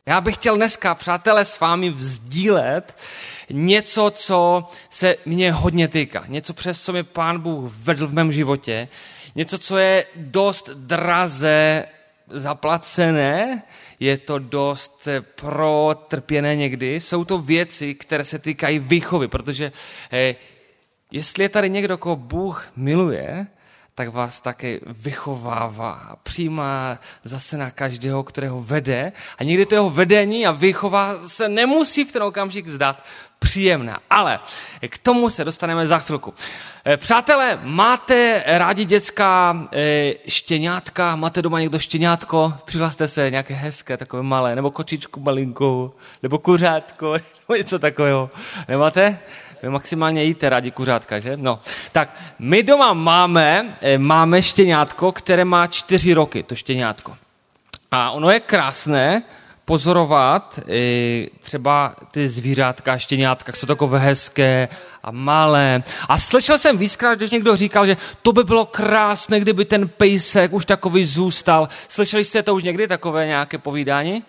Já bych chtěl dneska, přátelé, s vámi vzdílet něco, co se mě hodně týká. Něco, přes co mě Pán Bůh vedl v mém životě. Něco, co je dost draze zaplacené, je to dost protrpěné někdy. Jsou to věci, které se týkají výchovy, protože jestli je tady někdo, koho Bůh miluje, tak vás také vychovává, přijímá zase na každého, kterého vede. A někdy to jeho vedení a výchova se nemusí v ten okamžik zdát příjemná. Ale k tomu se dostaneme za chvilku. Přátelé, máte rádi dětská štěňátka? Máte doma někdo štěňátko? Přihlaste se, nějaké hezké, takové malé, nebo kočičku malinkou, nebo kuřátko, nebo něco takového. Nemáte? Vy maximálně jíte rádi kuřátka, že? No, tak my doma máme štěňátko, které má 4 roky, to štěňátko. A ono je krásné pozorovat třeba ty zvířátka, štěňátka, jsou takové hezké a malé. A slyšel jsem víckrát, když někdo říkal, že to by bylo krásné, kdyby ten pejsek už takový zůstal. Slyšeli jste to už někdy, takové nějaké povídání?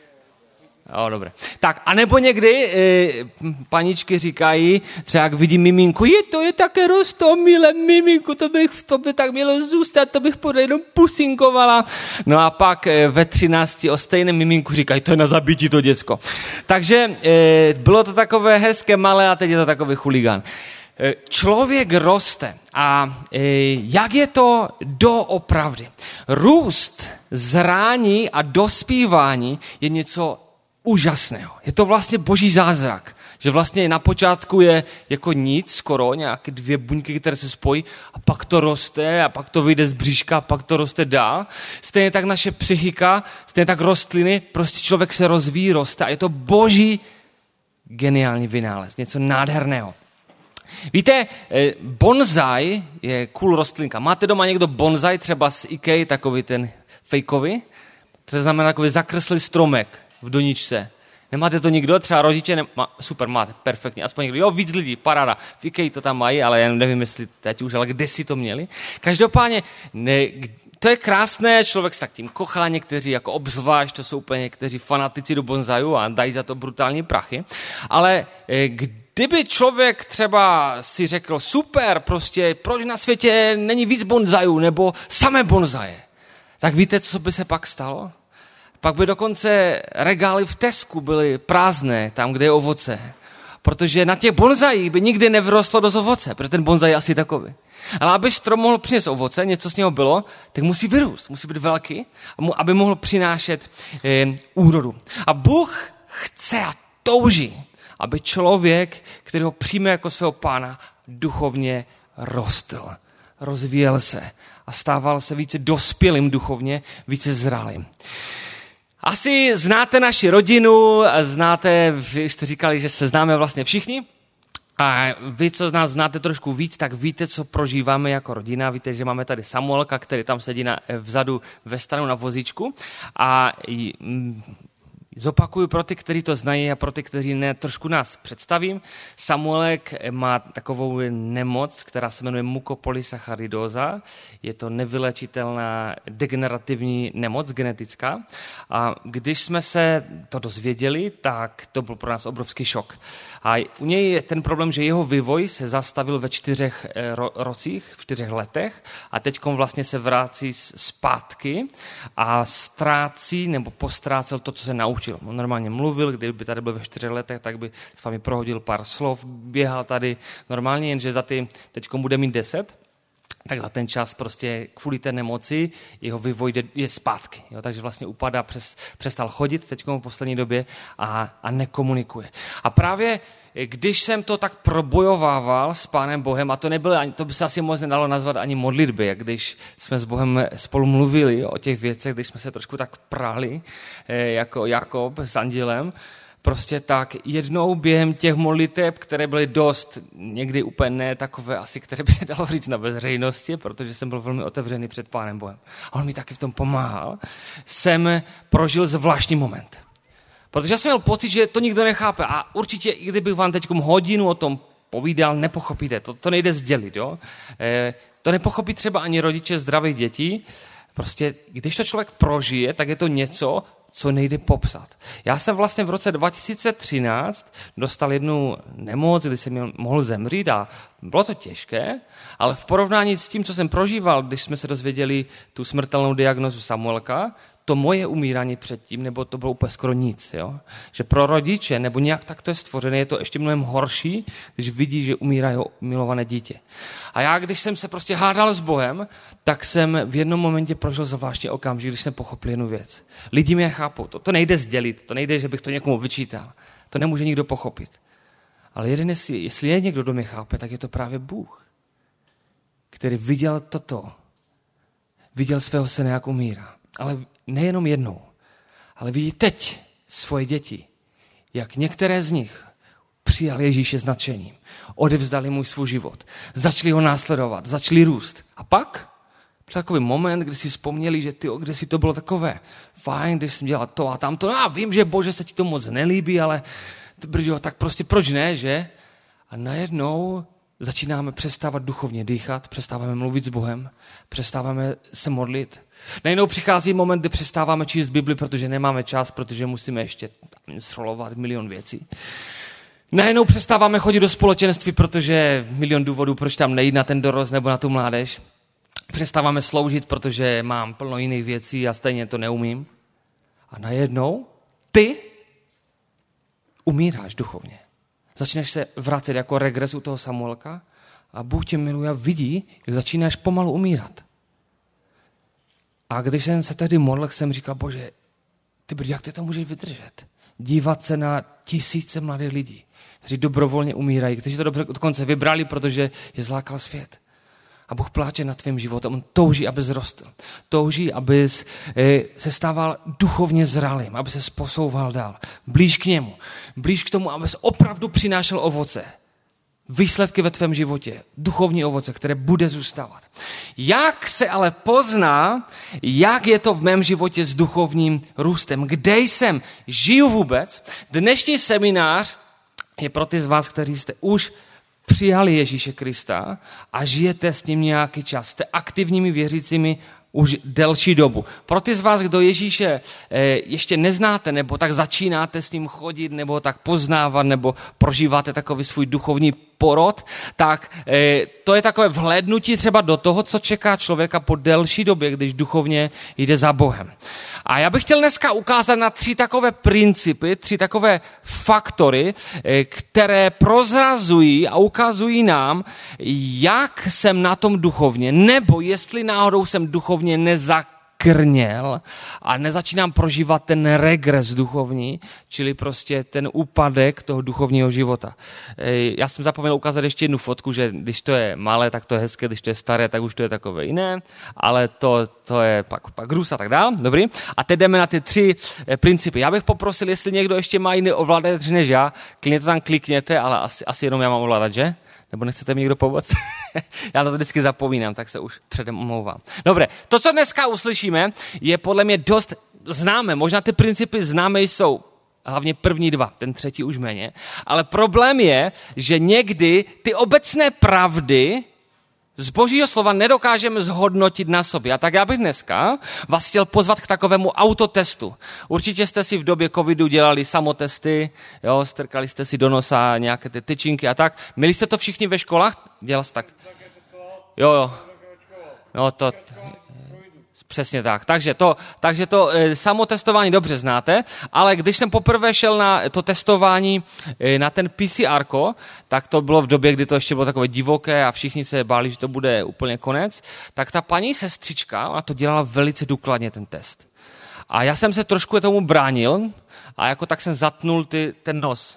Dobré. Tak, anebo někdy paničky říkají, třeba jak vidí miminku, to je také roztomilé, miminku, to by tak mělo zůstat, to bych podle jenom pusinkovala. No a pak ve 13 o stejném miminku říkají, to je na zabití to děcko. Takže bylo to takové hezké, malé a teď je to takový chuligán. Člověk roste a jak je to doopravdy? Růst, zrání a dospívání je něco úžasného. Je to vlastně boží zázrak, že vlastně na počátku je jako nic, skoro nějaké 2 buňky, které se spojí a pak to roste a pak to vyjde z bříška a pak to roste dál. Stejně tak naše psychika, stejně tak rostliny, prostě člověk se rozvíjí, roste a je to boží geniální vynález, něco nádherného. Víte, bonsai je cool rostlinka. Máte doma někdo bonsai, třeba z IKEA, takový ten fejkový? To znamená takový zakreslý stromek v doničce. Nemáte to nikdo? Třeba rodiče? Super, máte, perfektně. Aspoň někdo. Jo, víc lidí, paráda. V IKEA to tam mají, ale já nevím, jestli teď už, ale kde si to měli. Každopádně, to je krásné, člověk se tak tím kochá, někteří jako obzvlášť, to jsou úplně někteří fanatici do bonsaiu a dají za to brutální prachy. Ale kdyby člověk třeba si řekl, super, prostě proč na světě není víc bonsaiů nebo samé bonsaje, tak víte, co by se pak stalo? Pak by dokonce regály v Tesku byly prázdné, tam, kde je ovoce. Protože na těch bonsaích by nikdy nevyrostlo dost ovoce, protože ten bonsai je asi takový. Ale aby strom mohl přinést ovoce, něco z něho bylo, tak musí vyrůst, musí být velký, aby mohl přinášet úrodu. A Bůh chce a touží, aby člověk, který ho přijme jako svého pána, duchovně rostl, rozvíjel se a stával se více dospělým duchovně, více zralým. Asi znáte naši rodinu, vy jste říkali, že se známe vlastně všichni. A vy, co z nás znáte trošku víc, tak víte, co prožíváme jako rodina. Víte, že máme tady Samuelka, který tam sedí vzadu ve stanu na vozíčku. A zopakuju pro ty, kteří to znají a pro ty, kteří ne, trošku nás představím. Samuelek má takovou nemoc, která se jmenuje mukopolysacharidóza. Je to nevylečitelná degenerativní nemoc genetická. A když jsme se to dozvěděli, tak to byl pro nás obrovský šok. A u něj je ten problém, že jeho vývoj se zastavil ve 4 rocích, v 4 letech a teďkom vlastně se vrací zpátky a ztrácí nebo postrácel to, co se naučil. On normálně mluvil, kdyby tady byl ve 4 letech, tak by s vámi prohodil pár slov, běhal tady normálně, jenže za ty teďkom bude mít 10, tak za ten čas prostě kvůli té nemoci jeho vývoj je zpátky. Jo? Takže vlastně upadá, přestal chodit teď v poslední době a nekomunikuje. A právě když jsem to tak probojovával s Pánem Bohem, a to by se asi moc nedalo nazvat ani modlitby, jak když jsme s Bohem spolu mluvili o těch věcech, když jsme se trošku tak prali, jako Jakob s andělem, prostě tak jednou během těch modliteb, které byly dost, někdy úplně ne takové asi, které by se dalo říct na veřejnosti, protože jsem byl velmi otevřený před Pánem Bohem. A on mi taky v tom pomáhal. Jsem prožil zvláštní moment. Protože já jsem měl pocit, že to nikdo nechápe. A určitě, i kdybych vám teď hodinu o tom povídal, nepochopíte. To nejde sdělit. Jo? To nepochopí třeba ani rodiče zdravých dětí. Prostě, když to člověk prožije, tak je to něco, co nejde popsat. Já jsem vlastně v roce 2013 dostal jednu nemoc, kdy jsem mohl zemřít a bylo to těžké, ale v porovnání s tím, co jsem prožíval, když jsme se dozvěděli tu smrtelnou diagnózu Samuelka, to moje umírání předtím, nebo to bylo úplně skoro nic. Jo? Že pro rodiče, nebo nějak tak to je stvořené, je to ještě mnohem horší, když vidí, že umírá jeho milované dítě. A já, když jsem se prostě hádal s Bohem, tak jsem v jednom momentě prožil zvláštní okamžik, když jsem pochopil jednu věc. Lidi mě chápou, to nejde sdělit, to nejde, že bych to někomu vyčítal. To nemůže nikdo pochopit. Ale jestli je někdo, kdo mě chápe, tak je to právě Bůh, který viděl toto. Viděl svého syna, jak umírá. Ale nejenom jednou, ale vidí teď svoje děti, jak některé z nich přijali Ježíše s nadšením, odevzdali mu svůj život, začali ho následovat, začali růst. A pak takový moment, kdy si vzpomněli, že kde si to bylo takové fajn, když jsem dělal to a tamto. No a vím, že Bože se ti to moc nelíbí, ale tak prostě proč ne, že? A najednou začínáme přestávat duchovně dýchat, přestáváme mluvit s Bohem, přestáváme se modlit. Najednou přichází moment, kdy přestáváme číst Bibli, protože nemáme čas, protože musíme ještě scrollovat milion věcí. Najednou přestáváme chodit do společenství, protože milion důvodů, proč tam nejít na ten dorost nebo na tu mládež. Přestáváme sloužit, protože mám plno jiných věcí a stejně to neumím. A najednou ty umíráš duchovně. Začneš se vracet jako regres u toho Samuelka a Bůh tě miluje a vidí, jak začínáš pomalu umírat. A když jsem se tehdy modlil, jsem říkal, Bože, jak ty to můžeš vydržet? Dívat se na tisíce mladých lidí, kteří dobrovolně umírají, kteří to dobře dokonce vybrali, protože je zlákal svět. A Bůh pláče nad tvým životem. On touží, abys rostl. Touží, abys se stával duchovně zralým, aby se posouval dál. Blíž k němu. Blíž k tomu, abys opravdu přinášel ovoce. Výsledky ve tvém životě. Duchovní ovoce, které bude zůstávat. Jak se ale pozná, jak je to v mém životě s duchovním růstem? Kde jsem? Žiju vůbec? Dnešní seminář je pro ty z vás, kteří jste už přijali Ježíše Krista a žijete s ním nějaký čas. Jste aktivními věřícími už delší dobu. Pro ty z vás, kdo Ježíše ještě neznáte, nebo tak začínáte s ním chodit, nebo tak poznávat, nebo prožíváte takový svůj duchovní porod, tak to je takové vhlédnutí třeba do toho, co čeká člověka po delší době, když duchovně jde za Bohem. A já bych chtěl dneska ukázat na 3 takové principy, 3 takové faktory, které prozrazují a ukazují nám, jak jsem na tom duchovně, nebo jestli náhodou jsem duchovně nezakrněl a nezačínám prožívat ten regres duchovní, čili prostě ten úpadek toho duchovního života. Já jsem zapomněl ukázat ještě jednu fotku, že když to je malé, tak to je hezké, když to je staré, tak už to je takové jiné, ale to je pak růst a tak dál. Dobrý? A teď jdeme na ty 3 principy. Já bych poprosil, jestli někdo ještě má jiný ovladač než já, klidně to tam klikněte, ale asi jenom já mám ovladač, že? Nebo nechcete mi někdo pomoct? Já to vždycky zapomínám, tak se už předem omlouvám. Dobré, to, co dneska uslyšíme, je podle mě dost známé. Možná ty principy známé jsou, hlavně první 2, ten 3 už méně. Ale problém je, že někdy ty obecné pravdy z Božího slova nedokážeme zhodnotit na sobě. A tak já bych dneska vás chtěl pozvat k takovému autotestu. Určitě jste si v době covidu dělali samotesty, jo, strkali jste si do nosa nějaké ty tyčinky a tak. Měli jste to všichni ve školách? Dělal jste tak? Jo. No to... Přesně tak. Takže to samotestování dobře znáte, ale když jsem poprvé šel na to testování na ten PCR, tak to bylo v době, kdy to ještě bylo takové divoké a všichni se báli, že to bude úplně konec, tak ta paní sestřička, ona to dělala velice důkladně ten test. A já jsem se trošku tomu bránil a jako tak jsem zatnul ten nos.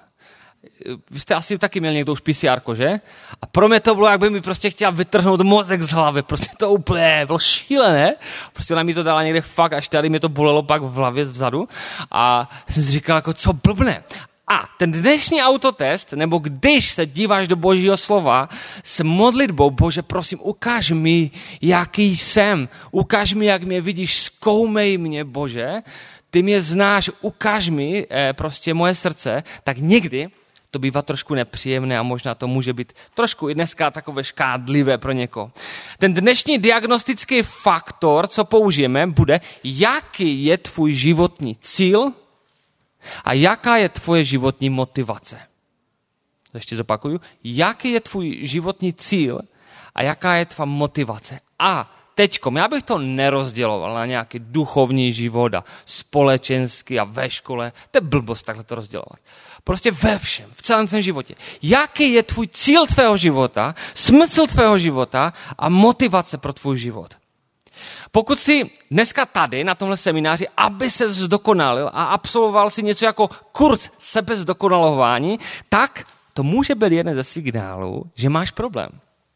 Vy jste asi taky měl někdo už PCR, že? A pro mě to bylo, jak by mi prostě chtěla vytrhnout mozek z hlavy. Prostě to úplně bylo šílené. Prostě ona mi to dala někde fakt, až tady mě to bolelo pak v hlavě vzadu. A jsem si říkal, jako co blbne. A ten dnešní autotest, nebo když se díváš do Božího slova s modlitbou, Bože, prosím, ukáž mi, jaký jsem. Ukáž mi, jak mě vidíš, zkoumej mě, Bože. Ty mě znáš, ukáž mi prostě moje srdce. Tak někdy to bývá trošku nepříjemné a možná to může být trošku i dneska takové škádlivé pro někoho. Ten dnešní diagnostický faktor, co použijeme, bude, jaký je tvůj životní cíl a jaká je tvoje životní motivace. Ještě zopakuju. Jaký je tvůj životní cíl a jaká je tvá motivace. A teďkom, já bych to nerozděloval na nějaký duchovní život a společenský a ve škole. To je blbost takhle to rozdělovat. Prostě ve všem, v celém svém životě. Jaký je tvůj cíl tvého života, smysl tvého života a motivace pro tvůj život. Pokud jsi dneska tady na tomhle semináři, aby se zdokonalil a absolvoval si něco jako kurz sebezdokonalování, tak to může být jeden ze signálů, že máš problém.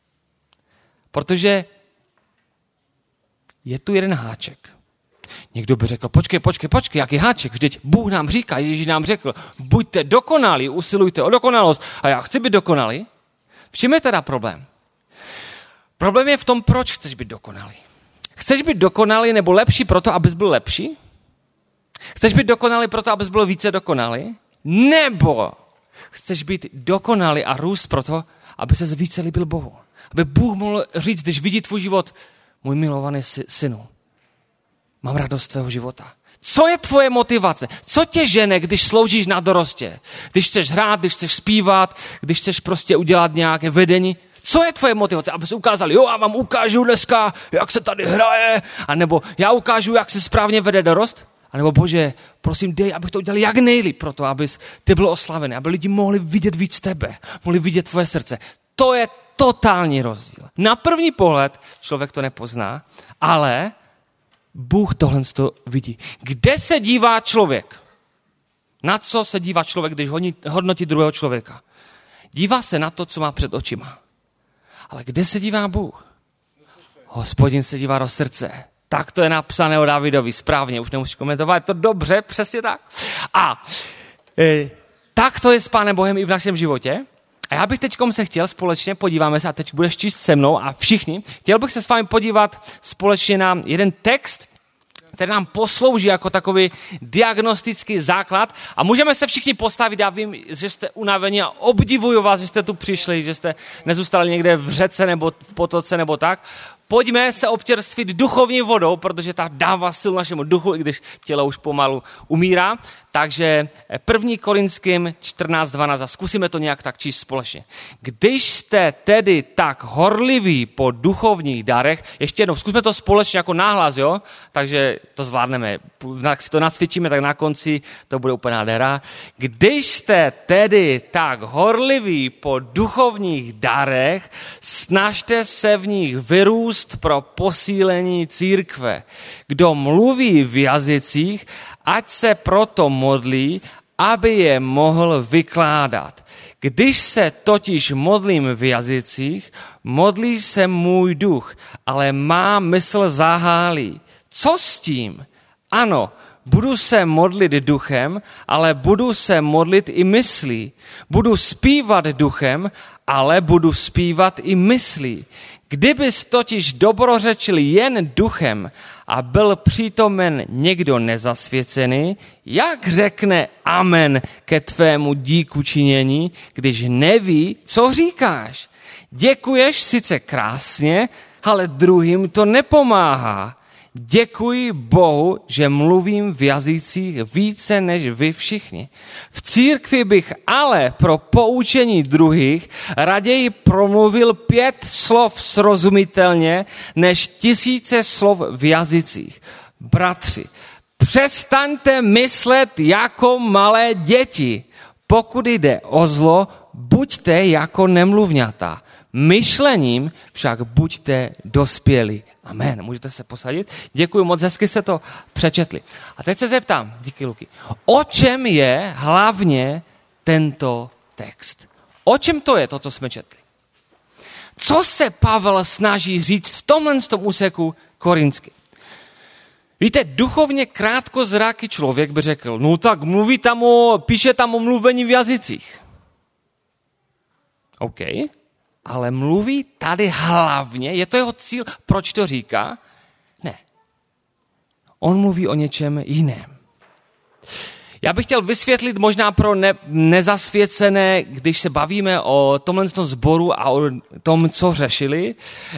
Protože je tu jeden háček. Někdo by řekl, počkej, jaký háček? Vždyť Bůh nám říká, Ježíš nám řekl, buďte dokonalí, usilujte o dokonalost a já chci být dokonalý. V čem je teda problém? Problém je v tom, proč chceš být dokonalý. Chceš být dokonalý nebo lepší proto, abys byl lepší? Chceš být dokonalý proto, abys byl více dokonalý? Nebo chceš být dokonalý a růst proto, aby ses více líbil Bohu? Aby Bůh mohl říct, když vidí tvůj život, můj milovaný synu, mám radost tvého života. Co je tvoje motivace? Co tě žene, když sloužíš na dorostě? Když chceš hrát, když chceš zpívat, když chceš prostě udělat nějaké vedení? Co je tvoje motivace? Aby se ukázali, jo, já vám ukážu dneska, jak se tady hraje, anebo já ukážu, jak se správně vede dorost? A nebo Bože, prosím, dej, abych to udělal jak nejlíp proto, abys ty byl oslavený, aby lidi mohli vidět víc tebe, mohli vidět tvoje srdce. To je totální rozdíl. Na první pohled člověk to nepozná, ale Bůh tohle vidí. Kde se dívá člověk? Na co se dívá člověk, když hodnotí druhého člověka? Dívá se na to, co má před očima. Ale kde se dívá Bůh? Hospodin se dívá do srdce. Tak to je napsané o Davidovi, správně, už nemusíš komentovat, je to dobře, přesně tak. A tak to je s Pánem Bohem i v našem životě. A já bych teďkom se chtěl společně, podíváme se, a teď budeš číst se mnou a všichni, chtěl bych se s vámi podívat společně na jeden text, který nám poslouží jako takový diagnostický základ a můžeme se všichni postavit, já vím, že jste unavení a obdivuju vás, že jste tu přišli, že jste nezůstali někde v řece nebo v potoce nebo tak. Pojďme se občerstvit duchovní vodou, protože ta dává sílu našemu duchu, i když tělo už pomalu umírá. Takže 1. Korinským 14:12 a zkusíme to nějak tak číst společně. Když jste tedy tak horliví po duchovních darech, ještě jednou, zkusme to společně jako náhlas, jo? Takže to zvládneme. Jak si to nacvičíme, tak na konci to bude úplně nádhera. Když jste tedy tak horliví po duchovních darech, snažte se v nich vyrůst pro posílení církve. Kdo mluví v jazycích, ať se proto modlí, aby je mohl vykládat. Když se totiž modlím v jazycích, modlí se můj duch, ale má mysl zahálí. Co s tím? Ano, budu se modlit duchem, ale budu se modlit i myslí. Budu zpívat duchem, ale budu zpívat i myslí. Kdybys totiž dobrořečil jen duchem a byl přítomen někdo nezasvěcený, jak řekne amen ke tvému díku činění, když neví, co říkáš? Děkuješ sice krásně, ale druhým to nepomáhá. Děkuji Bohu, že mluvím v jazycích více než vy všichni. V církvi bych ale pro poučení druhých raději promluvil 5 slov srozumitelně než 1000 slov v jazycích. Bratři, přestaňte myslet jako malé děti. Pokud jde o zlo, buďte jako nemluvňata. Myšlením však buďte dospělí. Amen. Můžete se posadit? Děkuji moc, hezky jste to přečetli. A teď se zeptám, díky Luky, o čem je hlavně tento text? O čem to je to, co jsme četli? Co se Pavel snaží říct v tomhle úseku korinský? Víte, duchovně krátkozraký člověk by řekl, no tak píše tam o mluvení v jazycích. OK. Ale mluví tady hlavně, je to jeho cíl, proč to říká? Ne. On mluví o něčem jiném. Já bych chtěl vysvětlit možná pro nezasvěcené, když se bavíme o tomhle sboru a o tom, co řešili,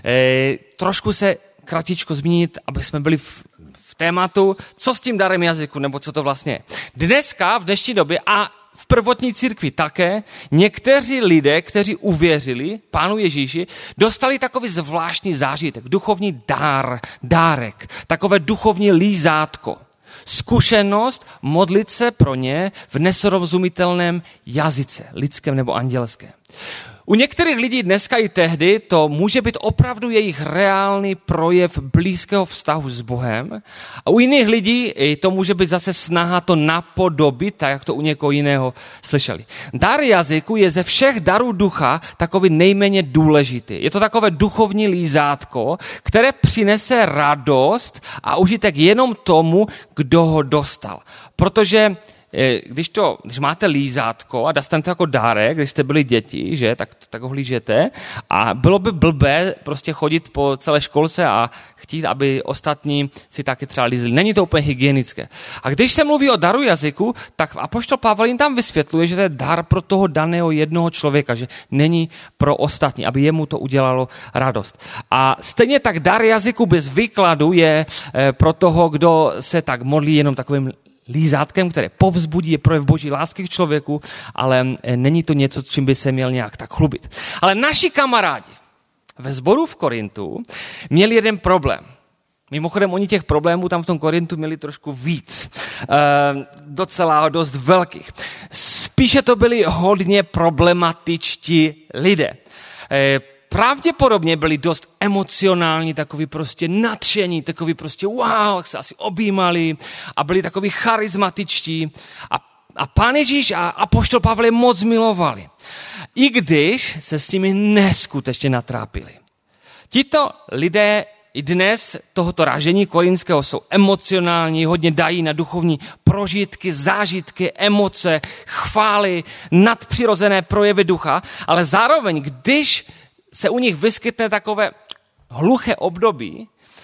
trošku se kratičko zmínit, aby jsme byli v tématu, co s tím darem jazyku, nebo co to vlastně je. Dneska, v dnešní době a v prvotní církvi také, někteří lidé, kteří uvěřili Pánu Ježíši, dostali takový zvláštní zážitek, duchovní dárek, takové duchovní lízátko. Zkušenost modlit se pro ně v nesrozumitelném jazyce, lidském nebo andělském. U některých lidí dneska i tehdy to může být opravdu jejich reálný projev blízkého vztahu s Bohem. A u jiných lidí to může být zase snaha to napodobit, tak jak to u někoho jiného slyšeli. Dar jazyku je ze všech darů ducha takový nejméně důležitý. Je to takové duchovní lízátko, které přinese radost a užitek jenom tomu, kdo ho dostal. Protože když máte lízátko a dostanete to jako dárek, když jste byli děti, že, tak ho hlížete a bylo by blbé prostě chodit po celé školce a chtít, aby ostatní si taky třeba lízli. Není to úplně hygienické. A když se mluví o daru jazyku, tak apoštol Pavel jim tam vysvětluje, že to je dar pro toho daného jednoho člověka, že není pro ostatní, aby jemu to udělalo radost. A stejně tak dar jazyku bez výkladu je pro toho, kdo se tak modlí jenom takovým lízátkem, které povzbudí, je projev boží lásky k člověku, ale není to něco, čím by se měl nějak tak chlubit. Ale naši kamarádi ve sboru v Korintu měli jeden problém. Mimochodem, oni těch problémů tam v tom Korintu měli trošku víc. Docela dost velkých. Spíše to byli hodně problematičtí lidé. Pravděpodobně byli dost emocionální, takový prostě nadšení, takový prostě wow, jak se asi objímali a byli takový charismatičtí a Pán Ježíš a apoštol Pavel je moc milovali. I když se s nimi neskutečně natrápili. Tito lidé i dnes tohoto ražení korinského jsou emocionální, hodně dají na duchovní prožitky, zážitky, emoce, chvály, nadpřirozené projevy ducha, ale zároveň, když se u nich vyskytne takové hluché období,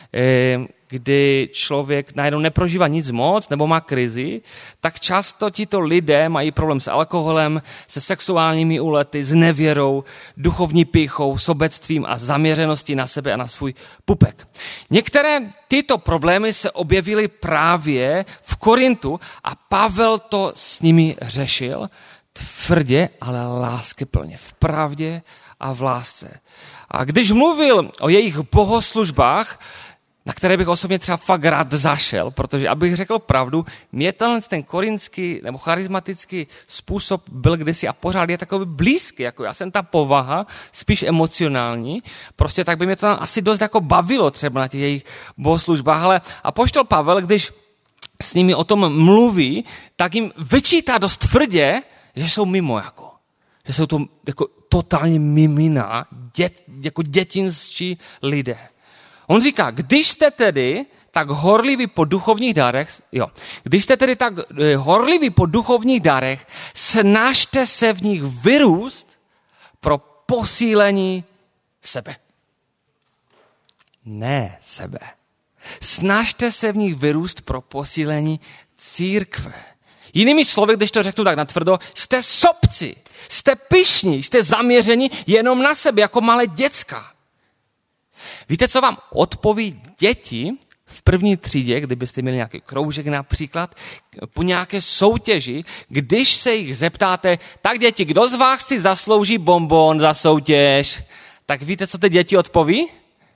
kdy člověk najednou neprožívá nic moc nebo má krizi, tak často tito lidé mají problém s alkoholem, se sexuálními úlety, s nevěrou, duchovní pýchou, sobectvím a zaměřeností na sebe a na svůj pupek. Některé tyto problémy se objevily právě v Korintu a Pavel to s nimi řešil tvrdě, ale láskyplně, v pravdě a v lásce. A když mluvil o jejich bohoslužbách, na které bych osobně třeba fakt rád zašel, protože abych řekl pravdu, mě ten korinský nebo charismatický způsob byl kdysi a pořád je takový blízký, jako já jsem ta povaha, spíš emocionální, prostě tak by mě to asi dost jako bavilo třeba na těch jejich bohoslužbách, ale apoštol Pavel, když s nimi o tom mluví, tak jim vyčítá dost tvrdě, že jsou mimo že jsou to jako totálně mimina, jako dětinští lidé. On říká, když jste tedy tak horliví po duchovních darech, snažte se v nich vyrůst pro posílení sebe. Ne sebe. Snažte se v nich vyrůst pro posílení církve. Jinými slovy, když to řeknu tak natvrdo, jste sobci, jste pyšní, jste zaměřeni jenom na sebe, jako malé děcka. Víte, co vám odpoví děti v první třídě, kdybyste měli nějaký kroužek například, po nějaké soutěži, když se jich zeptáte, tak děti, kdo z vás si zaslouží bonbon za soutěž? Tak víte, co ty děti odpoví?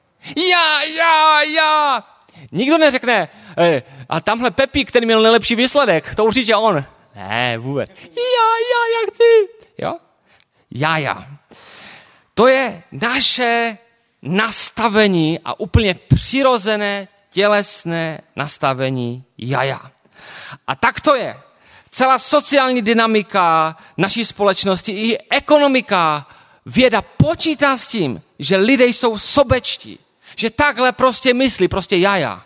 Já. Nikdo neřekne, a tamhle Pepík, který měl nejlepší výsledek, to určitě on. Ne, vůbec. Já chci. Jo? Já. To je naše nastavení a úplně přirozené tělesné nastavení jaja. A tak to je. Celá sociální dynamika naší společnosti i ekonomika, věda počítá s tím, že lidé jsou sobečtí. Že takhle prostě myslí, prostě jaja.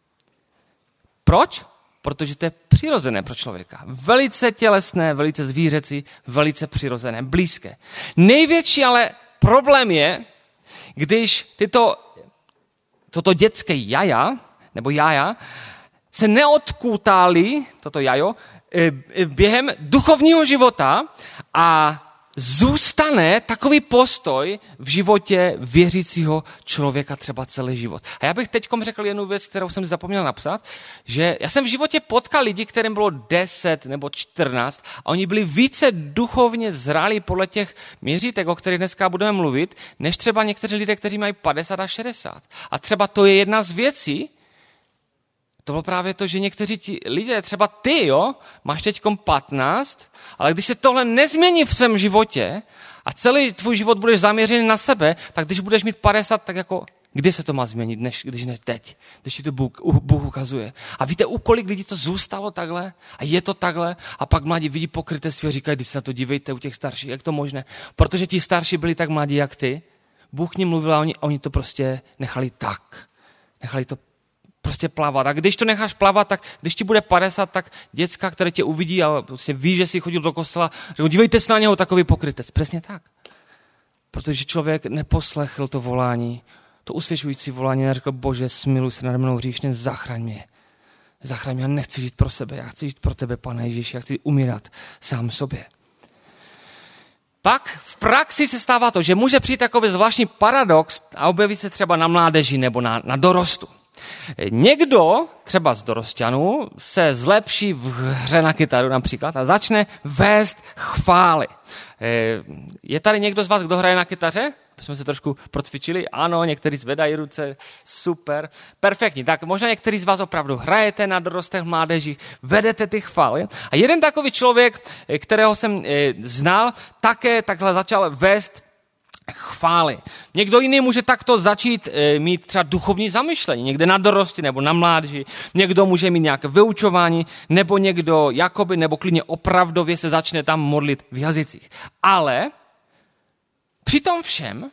Proč? Protože to je přirozené pro člověka. Velice tělesné, velice zvířecí, velice přirozené, blízké. Největší ale problém je, když toto dětské jaja, nebo jaja, se neodkutálí, toto jajo, během duchovního života a zůstane takový postoj v životě věřícího člověka třeba celý život. A já bych teďkom řekl jednu věc, kterou jsem zapomněl napsat, že já jsem v životě potkal lidi, kterým bylo 10 nebo 14 a oni byli více duchovně zralí podle těch měřítek, o kterých dneska budeme mluvit, než třeba někteří lidé, kteří mají 50 a 60. A třeba to je jedna z věcí, to bylo právě to, že někteří ti lidé, třeba ty, máš teďkom 15, ale když se tohle nezmění v svém životě a celý tvůj život budeš zaměřený na sebe, tak když budeš mít 50, tak jako kdy se to má změnit, když ne teď, když ti to Bůh ukazuje. A víte, u kolik lidí to zůstalo takhle a je to takhle a pak mladí vidí pokrytectví a říkají, když se na to dívejte u těch starších, jak to možné? Protože ti starší byli tak mladí jak ty, Bůh k nim mluvil a oni to prostě nechali tak. Nechali to prostě plavat. A když to necháš plavat, tak když ti bude 50, tak děcka, které tě uvidí a prostě ví, že jsi chodil do kostela, řeknou, dívejte se na něho, takový pokrytec. Přesně tak. Protože člověk neposlechl to volání, to usvědčující volání, neřekl, Bože, smiluj se nade mnou hříšně, zachraň mě. Zachraň mě, já nechci žít pro sebe, já chci žít pro tebe, Pane Ježíši, já chci umírat sám sobě. Pak v praxi se stává to, že může přijít takový zvláštní paradox a objeví se třeba na mládeži nebo na dorostu. Někdo, třeba z dorosťanů, se zlepší v hře na kytaru například a začne vést chvály. Je tady někdo z vás, kdo hraje na kytaře? Jsme se trošku procvičili. Ano, někteří zvedají ruce, super, perfektní. Tak možná někteří z vás opravdu hrajete na dorostech, mládeži, vedete ty chvály. A jeden takový člověk, kterého jsem znal, také takhle začal vést chvály. Někdo jiný může takto začít mít třeba duchovní zamyšlení, někde na dorosti nebo na mládeži, někdo může mít nějaké vyučování, nebo někdo jakoby, nebo klidně opravdově se začne tam modlit v jazycích. Ale při tom všem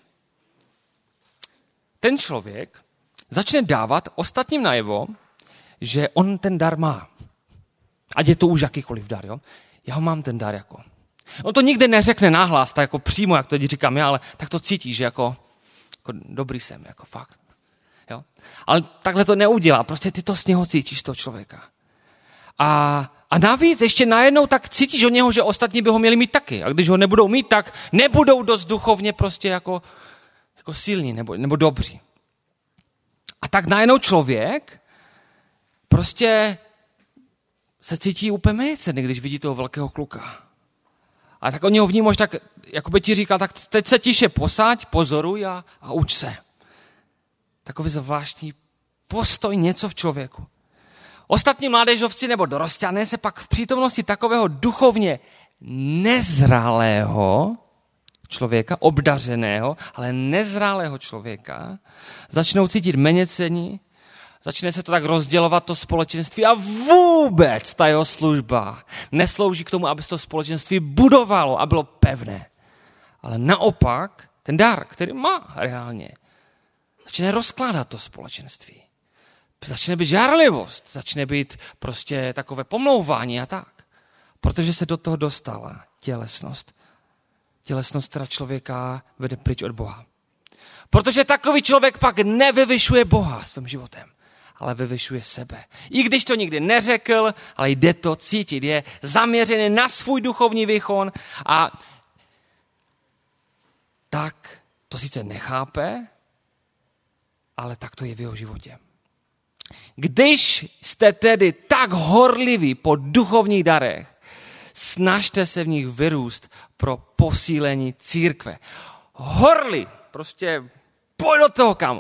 ten člověk začne dávat ostatním najevo, že on ten dar má. Ať je to už jakýkoliv dar, jo? Já ho mám ten dar jako. On to nikdy neřekne nahlas, tak jako přímo, jak to říkám já, ale tak to cítí, že jako dobrý jsem, jako fakt. Jo? Ale takhle to neudělá, prostě ty to z něho cítíš, toho člověka. A navíc ještě najednou tak cítíš od něho, že ostatní by ho měli mít taky. A když ho nebudou mít, tak nebudou dost duchovně prostě jako silní nebo dobří. A tak najednou člověk prostě se cítí úplně méněcenný, když vidí toho velkého kluka. A tak oni ho vnímají, tak jako by ti říkal, tak teď se tiše posaď, pozoruj a uč se. Takový zvláštní postoj něco v člověku. Ostatní mládežovci nebo dorosťané se pak v přítomnosti takového duchovně nezralého člověka, obdařeného, ale nezralého člověka, začnou cítit méněcenní, začne se to tak rozdělovat to společenství a vůbec ta jeho služba neslouží k tomu, aby se to společenství budovalo a bylo pevné. Ale naopak ten dar, který má reálně, začne rozkládat to společenství. Začne být žárlivost, začne být prostě takové pomlouvání a tak. Protože se do toho dostala tělesnost. Tělesnost, která člověka vede pryč od Boha. Protože takový člověk pak nevyvyšuje Boha svým životem, ale vyvyšuje sebe. I když to nikdy neřekl, ale jde to cítit. Je zaměřený na svůj duchovní výkon a tak to sice nechápe, ale tak to je v jeho životě. Když jste tedy tak horliví po duchovních darech, snažte se v nich vyrůst pro posílení církve. Horli, prostě pojď do toho, kam.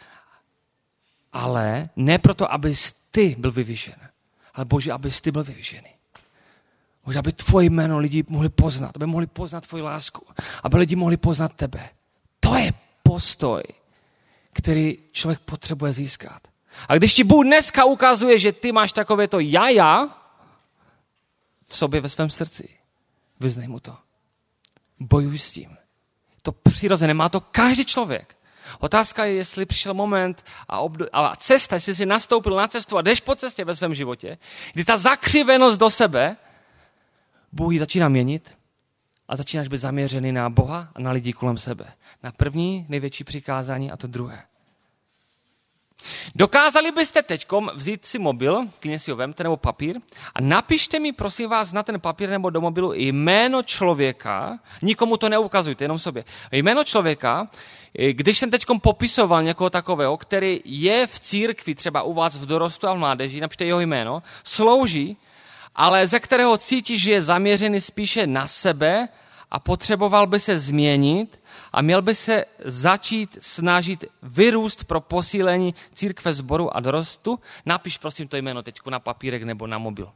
Ale ne proto, abys ty byl vyvyšen, ale Bože, abys ty byl vyvyšený. Bože, aby tvoje jméno lidi mohli poznat, aby mohli poznat tvoji lásku, aby lidi mohli poznat tebe. To je postoj, který člověk potřebuje získat. A když ti Bůh dneska ukazuje, že ty máš takové to já v sobě, ve svém srdci, vyznej mu to. Bojuj s tím. To přirozené, má to každý člověk. Otázka je, jestli přišel moment a cesta, jestli jsi nastoupil na cestu a jdeš po cestě ve svém životě, kdy ta zakřivenost do sebe, Bůh ji začíná měnit a začínáš být zaměřený na Boha a na lidi kolem sebe. Na první největší přikázání a to druhé. Dokázali byste teďkom vzít si mobil, klidně si ho vemte, nebo papír a napište mi, prosím vás, na ten papír nebo do mobilu jméno člověka, nikomu to neukazujte, jenom sobě. Jméno člověka, když jsem teďkom popisoval někoho takového, který je v církvi, třeba u vás v dorostu a v mládeži, napište jeho jméno, slouží, ale ze kterého cítí, že je zaměřený spíše na sebe a potřeboval by se změnit a měl by se začít snažit vyrůst pro posílení církve, sboru a dorostu, napiš prosím to jméno teď na papírek nebo na mobil.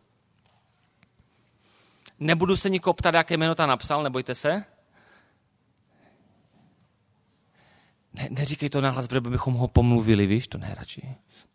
Nebudu se nikoho ptát, jaké jméno tam napsal, nebojte se. Neříkej to nahlas, protože bychom ho pomluvili, víš, to ne radši.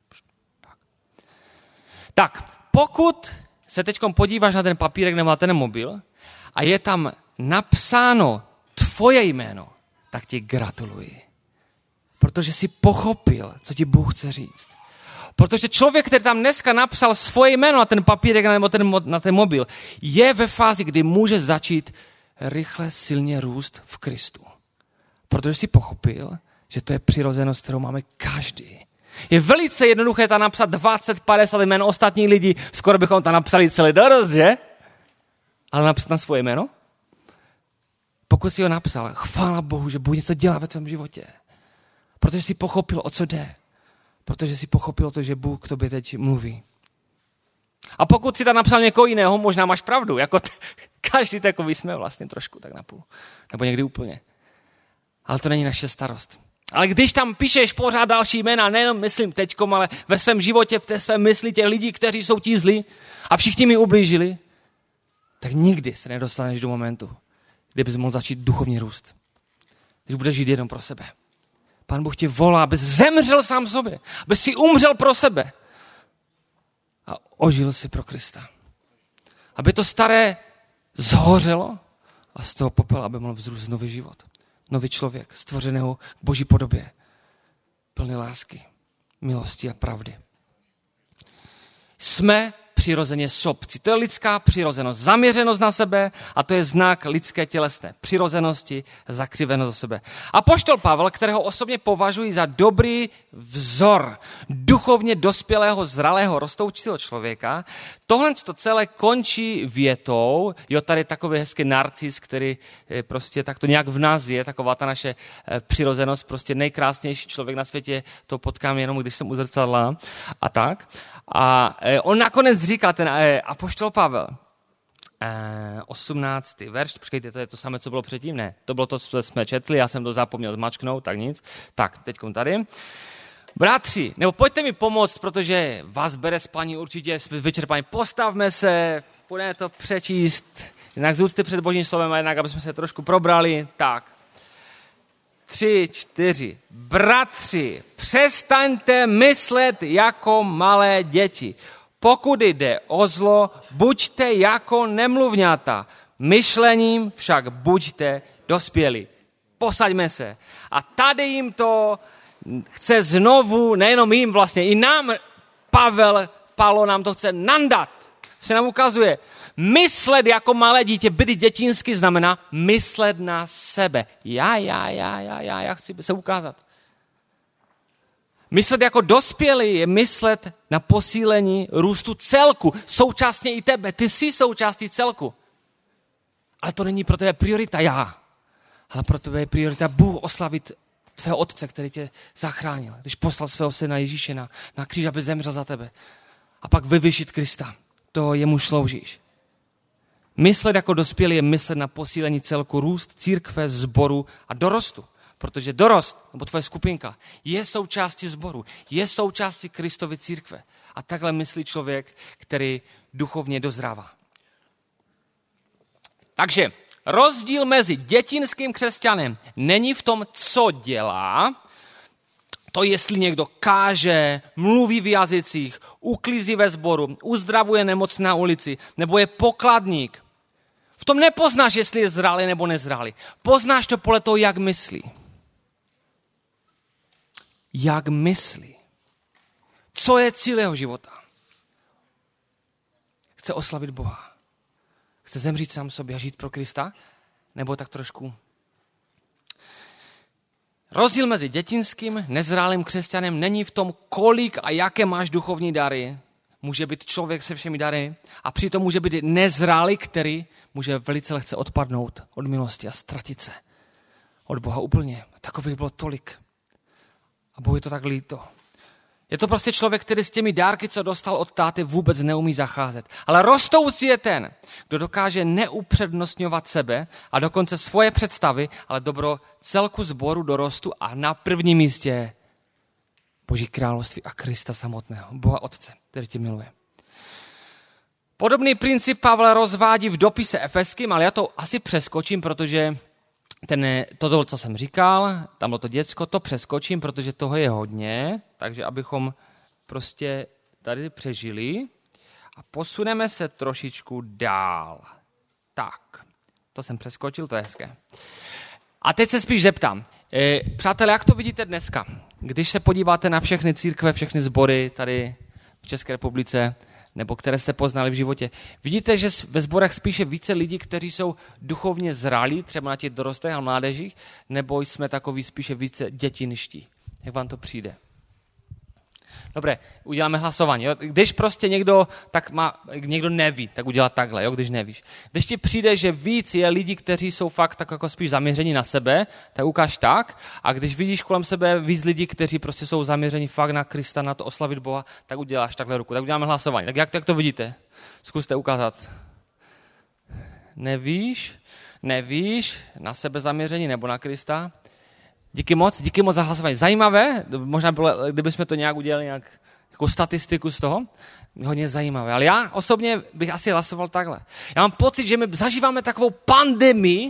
Tak, pokud se teď podíváš na ten papírek nebo na ten mobil a je tam napsáno tvoje jméno, tak ti gratuluji. Protože jsi pochopil, co ti Bůh chce říct. Protože člověk, který tam dneska napsal svoje jméno na ten papírek nebo na ten mobil, je ve fázi, kdy může začít rychle, silně růst v Kristu. Protože jsi pochopil, že to je přirozenost, kterou máme každý. Je velice jednoduché tam napsat 20, 50 jmen ostatních lidí, skoro bychom tam napsali celý dorost, že? Ale napsat na svoje jméno? Pokud jsi ho napsal, chvála Bohu, že Bůh něco dělá ve tvém životě. Protože jsi pochopil, o co jde. Protože jsi pochopil to, že Bůh k tobě teď mluví. A pokud jsi tam napsal někoho jiného, možná máš pravdu. Jako každý takový jsme vlastně trošku tak napůl. Nebo někdy úplně. Ale to není naše starost. Ale když tam píšeš pořád další jména, nejenom myslím teďkom, ale ve svém životě, v té své mysli těch lidí, kteří jsou ti zlí a všichni mi ublížili, tak nikdy se nedostaneš do momentu, kdy bys mohl začít duchovně růst. Když budeš žít jenom pro sebe. Pán Bůh tě volá, abys zemřel sám sobě, abys si umřel pro sebe a ožil si pro Krista. Aby to staré zhořelo a z toho popela, aby mohl vzrůst nový život. Nový člověk, stvořeného k Boží podobě. Plný lásky, milosti a pravdy. Jsme přirozeně sobci. To je lidská přirozenost. Zaměřenost na sebe a to je znak lidské tělesné přirozenosti, zakřivenost do sebe. Apoštol Pavel, kterého osobně považuji za dobrý vzor duchovně dospělého, zralého, rostoucího člověka, tohle to celé končí větou, jo, tady takový hezký narcis, který prostě takto nějak v nás je, taková ta naše přirozenost, prostě nejkrásnější člověk na světě, to potkám jenom, když jsem u zrcadla a tak. A on nakonec říká, ten apoštol Pavel, 18. verš, počkejte, to je to samé, co bylo předtím, ne, to bylo to, co jsme četli, já jsem to zapomněl zmačknout, tak nic. Tak, teďkom tady. Bratři, nebo pojďte mi pomoct, protože vás bere spaní určitě vyčerpání. Postavme se, půjdeme to přečíst, jinak zůstěte před Božím slovem a jinak, aby jsme se trošku probrali. Tak. 3, 4. Bratři, přestaňte myslet jako malé děti. Pokud jde o zlo, buďte jako nemluvňata. Myšlením však buďte dospělí. Posaďme se. A tady jim to chce znovu, nejenom jim vlastně, i nám Pavlo nám to chce nandat. Se nám ukazuje, myslet jako malé dítě, být dětinsky znamená myslet na sebe. Já chci se ukázat. Myslet jako dospělý je myslet na posílení růstu celku. Současně i tebe. Ty jsi součástí celku. Ale to není pro tebe priorita já. Ale pro tebe je priorita Bůh oslavit tvého otce, který tě zachránil. Když poslal svého syna Ježíše na kříž, aby zemřel za tebe. A pak vyvyšit Krista. To jemu sloužíš. Myslet jako dospělý je myslet na posílení celku, růst církve, sboru a dorostu. Protože dorost, nebo tvoje skupinka, je součástí sboru, je součástí Kristovy církve. A takhle myslí člověk, který duchovně dozrává. Takže rozdíl mezi dětinským křesťanem není v tom, co dělá, to jestli někdo káže, mluví v jazycích, uklízí ve sboru, uzdravuje nemocné na ulici, nebo je pokladník. V tom nepoznáš, jestli je zralý nebo nezralý. Poznáš to podle toho, jak myslí. Jak myslí. Co je cíl jeho života? Chce oslavit Boha. Chce zemřít sám sobě a žít pro Krista? Nebo tak trošku Rozdíl mezi dětinským, nezrálým křesťanem není v tom, kolik a jaké máš duchovní dary. Může být člověk se všemi dary a přitom může být nezrálý, který může velice lehce odpadnout od milosti a ztratit se od Boha úplně. Takových bylo tolik. A Bohu je to tak líto. Je to prostě člověk, který s těmi dárky, co dostal od táty, vůbec neumí zacházet. Ale rostoucí je ten, kdo dokáže neupřednostňovat sebe a dokonce svoje představy, ale dobro celku sboru dorostu a na prvním místě Boží království a Krista samotného, Boha Otce, který tě miluje. Podobný princip Pavel rozvádí v dopise Efeským, ale já to asi přeskočím, protože toto, co jsem říkal, tam bylo to děcko, to přeskočím, protože toho je hodně, takže abychom prostě tady přežili a posuneme se trošičku dál. Tak, to jsem přeskočil, to je hezké. A teď se spíš zeptám, přátelé, jak to vidíte dneska? Když se podíváte na všechny církve, všechny sbory tady v České republice, nebo které jste poznali v životě. Vidíte, že ve sborech spíše více lidí, kteří jsou duchovně zralí, třeba na těch dorostech a mládežích, nebo jsme takový spíše více dětinští? Jak vám to přijde? Dobré, uděláme hlasování. Jo? Když prostě někdo neví, tak udělá takhle, jo? Když nevíš. Když ti přijde, že víc je lidí, kteří jsou fakt tak jako spíš zaměření na sebe, tak ukáž tak. A když vidíš kolem sebe víc lidí, kteří prostě jsou zaměření fakt na Krista, na to oslavit Boha, tak uděláš takhle ruku. Tak uděláme hlasování. Tak jak to vidíte? Zkuste ukázat. Nevíš na sebe zaměření nebo na Krista? Díky moc za hlasování. Zajímavé, možná bylo, kdybychom to nějak udělali jako statistiku z toho, hodně zajímavé. Ale já osobně bych asi hlasoval takhle. Já mám pocit, že my zažíváme takovou pandemii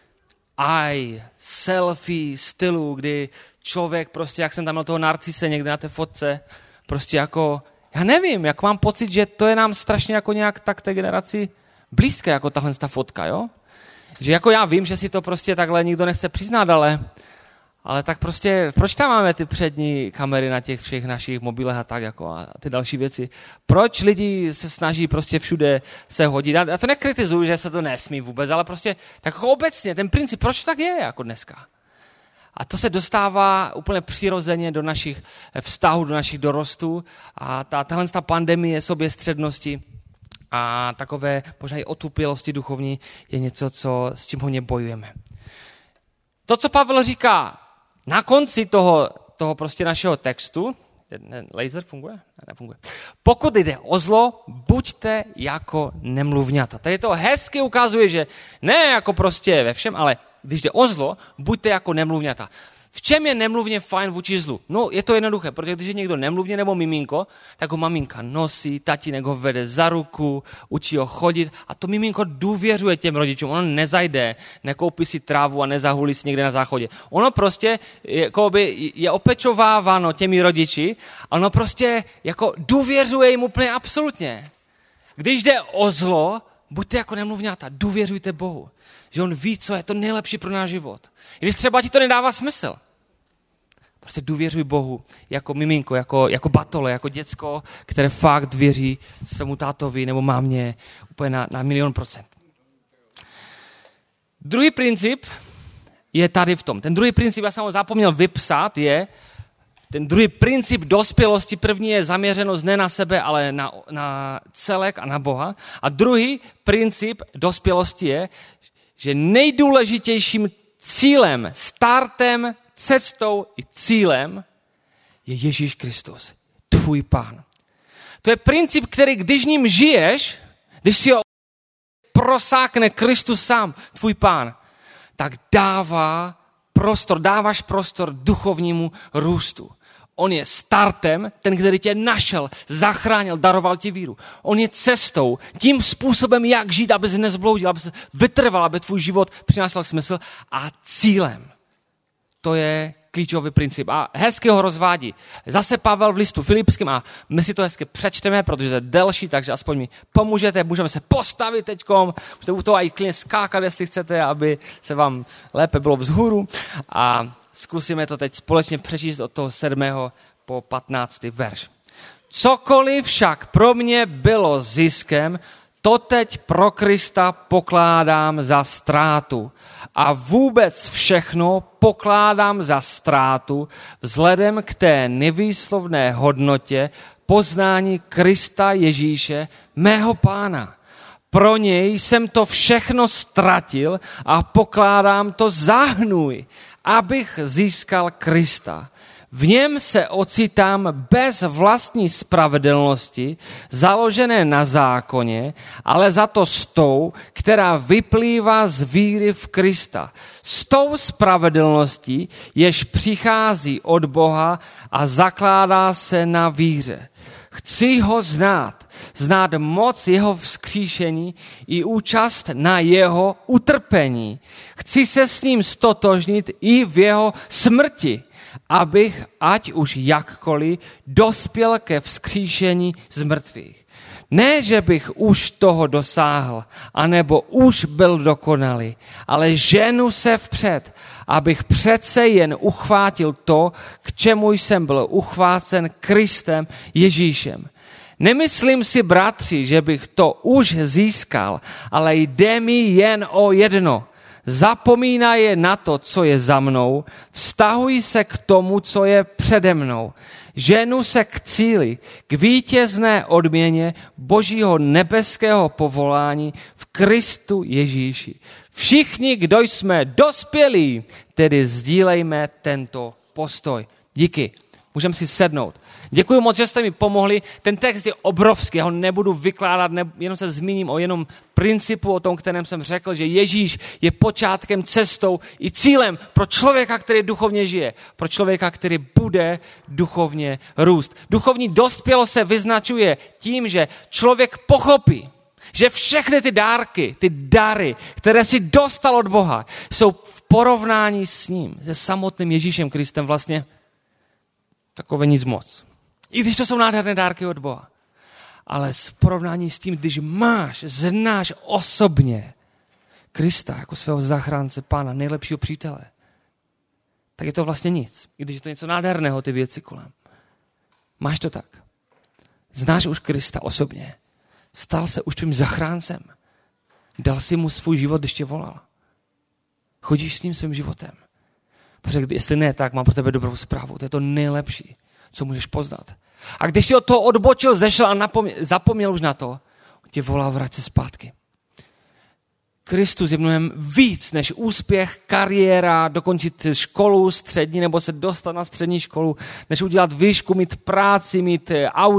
selfie stylu, kdy člověk prostě, jak jsem tam měl toho narcise někde na té fotce, prostě jako, já nevím, jak mám pocit, že to je nám strašně jako nějak tak té generaci blízké, jako tahle ta fotka, jo? Že jako já vím, že si to prostě takhle nikdo nechce přiznat, ale tak prostě, proč tam máme ty přední kamery na těch všech našich mobilech a tak jako a ty další věci? Proč lidi se snaží prostě všude se hodit? Já to nekritizuju, že se to nesmí vůbec, ale prostě tak jako obecně ten princip, proč to tak je jako dneska? A to se dostává úplně přirozeně do našich vztahů, do našich dorostů a tahle pandemie soběstřednosti a takové možná i otupělosti duchovní je něco, s čím hodně bojujeme. To, co Pavel říká na konci toho prostě našeho textu, laser funguje? Nefunguje. Pokud jde o zlo, buďte jako nemluvňata. Tady to hezky ukazuje, že ne jako prostě ve všem, ale když jde o zlo, buďte jako nemluvňata. V čem je nemluvně fajn vůči zlu? No, je to jednoduché, protože když je někdo nemluvně nebo miminko, tak ho maminka nosí, tatínek ho vede za ruku, učí ho chodit a to miminko důvěřuje těm rodičům. Ono nezajde, nekoupí si trávu a nezahulí si někde na záchodě. Ono prostě je opečováváno těmi rodiči a ono prostě jako důvěřuje jim úplně absolutně. Když jde o zlo, buďte jako nemluvňata, důvěřujte Bohu. Že on ví, co je to nejlepší pro náš život. I když třeba ti to nedává smysl. Prostě důvěřuj Bohu jako miminko, jako batole, jako děcko, které fakt věří svému tátovi nebo mámě úplně na 1,000,000%. Druhý princip je tady v tom. Ten druhý princip, já jsem ho zapomněl vypsat, je ten druhý princip dospělosti. První je zaměřenost ne na sebe, ale na celek a na Boha. A druhý princip dospělosti je, že nejdůležitějším cílem, startem, cestou i cílem je Ježíš Kristus, tvůj Pán. To je princip, který když ním žiješ, když si ho prosákne Kristus sám, tvůj Pán, tak dáváš prostor duchovnímu růstu. On je startem, ten, který tě našel, zachránil, daroval ti víru. On je cestou, tím způsobem, jak žít, aby se nezbloudil, aby se vytrval, aby tvůj život přinášel smysl a cílem. To je klíčový princip a hezky ho rozvádí. Zase Pavel v listu Filipským a my si to hezky přečteme, protože to je delší, takže aspoň mi pomůžete, můžeme se postavit teďkom, můžete u toho i klidně skákat, jestli chcete, aby se vám lépe bylo vzhůru a zkusíme to teď společně přečíst od toho 7. po 15. verš. Cokoliv však pro mě bylo ziskem, to teď pro Krista pokládám za ztrátu a vůbec všechno pokládám za ztrátu vzhledem k té nevýslovné hodnotě poznání Krista Ježíše, mého Pána. Pro něj jsem to všechno ztratil a pokládám to za hnůj, abych získal Krista. V něm se ocitám bez vlastní spravedlnosti, založené na zákoně, ale za to s tou, která vyplývá z víry v Krista. S tou spravedlností, jež přichází od Boha a zakládá se na víře. Chci ho znát moc jeho vzkříšení i účast na jeho utrpení. Chci se s ním stotožnit i v jeho smrti, abych, ať už jakkoliv, dospěl ke vzkříšení z mrtvých. Ne, že bych už toho dosáhl, anebo už byl dokonalý, ale ženu se vpřed, abych přece jen uchvátil to, k čemu jsem byl uchvácen Kristem Ježíšem. Nemyslím si, bratři, že bych to už získal, ale jde mi jen o jedno. Zapomínaje na to, co je za mnou, vztahuj se k tomu, co je přede mnou. Ženu se k cíli, k vítězné odměně Božího nebeského povolání v Kristu Ježíši. Všichni, kdo jsme dospělí, tedy sdílejme tento postoj. Díky. Můžeme si sednout. Děkuji moc, že jste mi pomohli. Ten text je obrovský, já ho nebudu vykládat, jenom se zmíním o jenom principu, o tom, kterém jsem řekl, že Ježíš je počátkem, cestou i cílem pro člověka, který duchovně žije, pro člověka, který bude duchovně růst. Duchovní dospělost se vyznačuje tím, že člověk pochopí, že všechny ty dárky, ty dary, které si dostal od Boha, jsou v porovnání s ním, se samotným Ježíšem Kristem vlastně takové nic moc. I když to jsou nádherné dárky od Boha. Ale v porovnání s tím, když znáš osobně Krista jako svého zachránce, Pána, nejlepšího přítele, tak je to vlastně nic. I když je to něco nádherného, ty věci kolem. Máš to tak. Znáš už Krista osobně. Stal se už tvým zachráncem. Dal si mu svůj život, když tě volal. Chodíš s ním svým životem. Protože jestli ne, tak mám pro tebe dobrou zprávu. To je to nejlepší, co můžeš poznat. A když si od toho odbočil, zešel a zapomněl už na to, on tě volá, vrať se zpátky. Kristus je mnohem víc než úspěch, kariéra, dokončit školu střední nebo se dostat na střední školu, než udělat výšku, mít práci, mít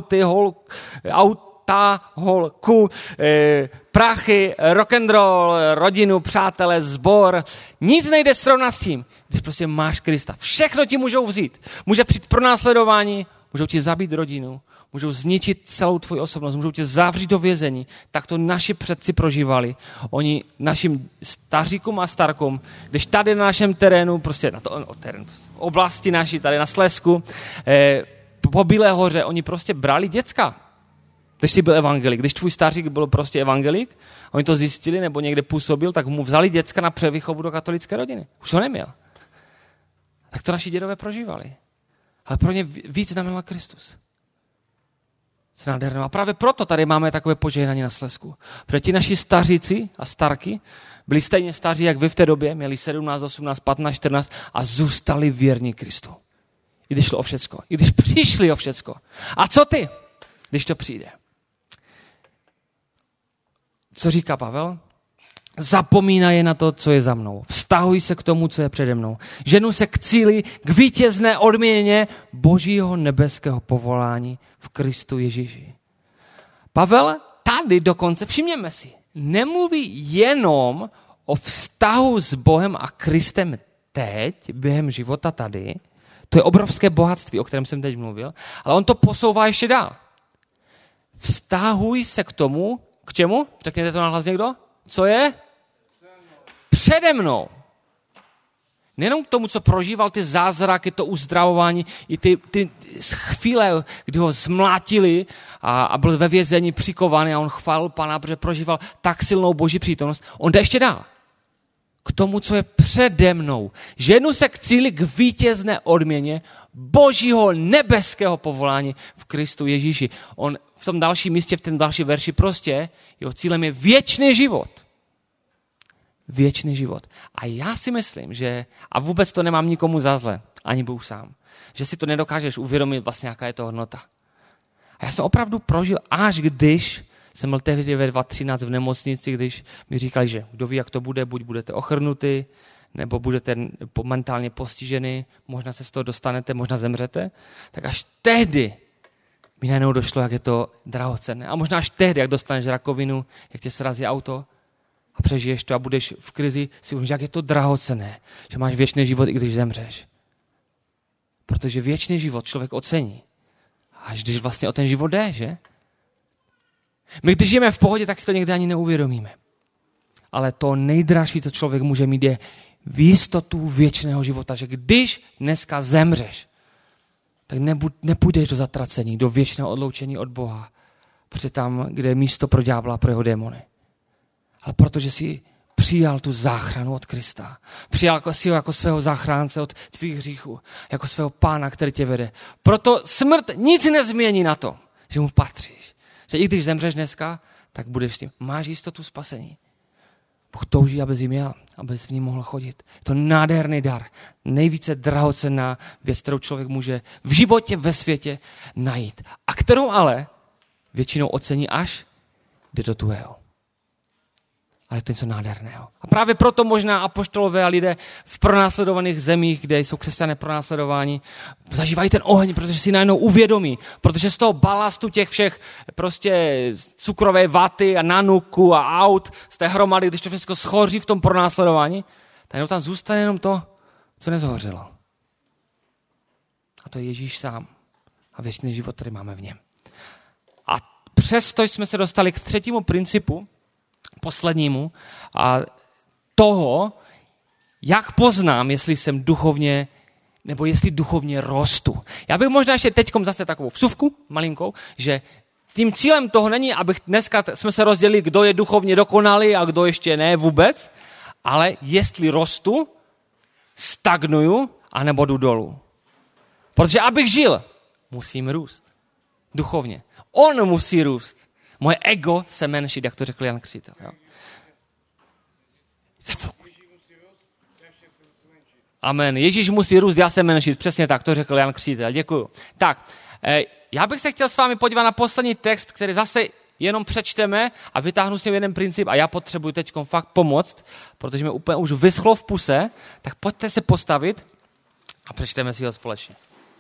auta, holku, prachy, rock'n'roll, rodinu, přátele, sbor. Nic nejde srovnat s tím, když prostě máš Krista. Všechno ti můžou vzít. Může přijít pronásledování, můžou ti zabít rodinu, můžou zničit celou tvoji osobnost, můžou tě zavřít do vězení. Tak to naši předci prožívali. Oni našim staříkům a starkům, když tady na našem terénu, prostě v oblasti naší, tady na Slezsku, po Bílé hoře, oni prostě brali děcka. Když jsi byl evangelik, když tvůj stařík byl prostě evangelik, oni to zjistili nebo někde působil, tak mu vzali děcka na převýchovu do katolické rodiny. Už ho neměl. Tak to naši dědové prožívali. Ale pro ně víc znamenal Kristus. A právě proto tady máme takové požehnání na Slezsku. Protože ti naši staříci a starky byli stejně staří, jak vy v té době, měli 17, 18, 15, 14 a zůstali věrní Kristu. I když šlo o všecko. I když přišli o všecko. A co ty, když to přijde? Co říká Pavel? Zapomínaje na to, co je za mnou. Vztahuj se k tomu, co je přede mnou. Ženu se k cíli, k vítězné odměně Božího nebeského povolání v Kristu Ježíši. Pavel tady dokonce, všimněme si, nemluví jenom o vztahu s Bohem a Kristem teď, během života tady. To je obrovské bohatství, o kterém jsem teď mluvil, ale on to posouvá ještě dál. Vztahuj se k tomu, k čemu? Řekněte to nahlas někdo? Co je? Přede mnou. Nejenom k tomu, co prožíval, ty zázraky, to uzdravování, i ty chvíle, kdy ho zmlátili a byl ve vězení přikovaný a on chválil Pana, protože prožíval tak silnou Boží přítomnost. On jde ještě dál. K tomu, co je přede mnou. Ženu se k cíli, k vítězné odměně Božího nebeského povolání v Kristu Ježíši. On v tom dalším místě, v tom dalším verši prostě, jeho cílem je věčný život. Věčný život. A já si myslím, že, a vůbec to nemám nikomu za zle, ani Bůh sám, že si to nedokážeš uvědomit vlastně, jaká je to hodnota. A já jsem opravdu prožil, až když jsem byl tehdy ve 2013 v nemocnici, když mi říkali, že kdo ví, jak to bude, buď budete ochrnuty, nebo budete mentálně postiženi, možná se z toho dostanete, možná zemřete, tak až tehdy mi najednou došlo, jak je to drahocenné. A možná až tehdy, jak dostaneš rakovinu, jak tě srazí auto a přežiješ to a budeš v krizi, si uvědomíš, jak je to drahocenné, že máš věčný život, i když zemřeš. Protože věčný život člověk ocení. Až když vlastně o ten život jde, že? My když žijeme v pohodě, tak si to někdy ani neuvědomíme. Ale to nejdražší, co člověk může mít, je v jistotu věčného života, že když dneska zemřeš, tak nepůjdeš do zatracení, do věčného odloučení od Boha, protože tam, kde je místo pro ďábla a pro jeho démony. Ale protože jsi přijal tu záchranu od Krista. Přijal si ho jako svého záchránce od tvých hříchů, jako svého pána, který tě vede. Proto smrt nic nezmění na to, že mu patříš. Že i když zemřeš dneska, tak budeš s tím. Máš jistotu spasení. Bůh touží, abys ji měl, abys v ní mohl chodit. Je to nádherný dar. Nejvíce drahocenná věc, kterou člověk může v životě, ve světě najít. A kterou ale většinou ocení, až jde do tuhého. Ale je to něco nádherného. A právě proto možná apoštolové a lidé v pronásledovaných zemích, kde jsou křesťané pronásledováni, zažívají ten oheň, protože si najednou uvědomí, protože z toho balastu těch všech prostě cukrové vaty a nanuku a aut, z té hromady, když to všechno schoří v tom pronásledování, tak tam zůstane jenom to, co nezhořelo. A to je Ježíš sám a věčný život, který máme v něm. A přesto jsme se dostali k třetímu principu, poslednímu, a toho, jak poznám, jestli jsem duchovně, nebo jestli duchovně rostu. Já bych možná ještě teďkom zase takovou vsuvku, malinkou, že tím cílem toho není, abych dneska jsme se rozdělili, kdo je duchovně dokonalý a kdo ještě ne vůbec, ale jestli rostu, stagnuju, anebo jdu dolů. Protože abych žil, musím růst. Duchovně. On musí růst. Moje ego se menšit, jak to řekl Jan Křtitel. Jo? Amen. Ježíš musí růst, já se menšit. Přesně tak, to řekl Jan Křtitel. Děkuju. Tak, já bych se chtěl s vámi podívat na poslední text, který zase jenom přečteme a vytáhnu si jeden princip a já potřebuji teď fakt pomoct, protože mi úplně už vyschlo v puse, tak pojďte se postavit a přečteme si ho společně.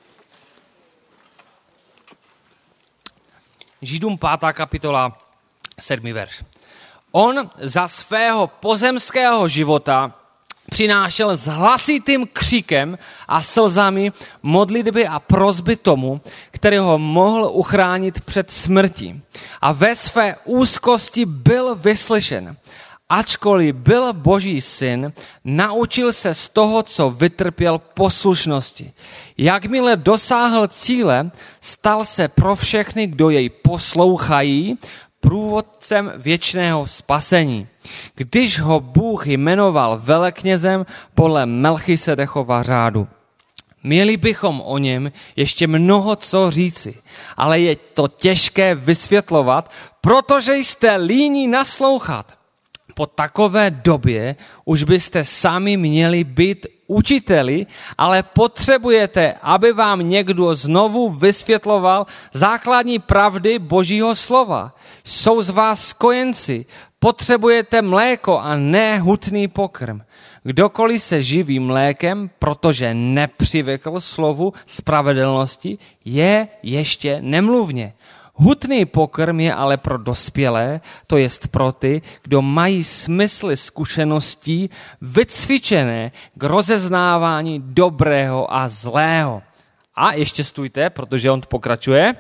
Židům 5. kapitola 7. verš. On za svého pozemského života přinášel s hlasitým křikem a slzami modlitby a prosby tomu, který ho mohl uchránit před smrtí. A ve své úzkosti byl vyslyšen. Ačkoliv byl Boží syn, naučil se z toho, co vytrpěl poslušnosti. Jakmile dosáhl cíle, stal se pro všechny, kdo jej poslouchají, průvodcem věčného spasení. Když ho Bůh jmenoval veleknězem podle Melchisedechova řádu. Měli bychom o něm ještě mnoho co říci, ale je to těžké vysvětlovat, protože jste líní naslouchat. Po takové době už byste sami měli být učiteli, ale potřebujete, aby vám někdo znovu vysvětloval základní pravdy Božího slova. Jsou z vás kojenci, potřebujete mléko a ne hutný pokrm. Kdokoliv se živí mlékem, protože nepřivykl slovu spravedlnosti, je ještě nemluvně. Hutný pokrm je ale pro dospělé, to jest pro ty, kdo mají smysly zkušeností vycvičené k rozeznávání dobrého a zlého. A ještě stůjte, protože on pokračuje.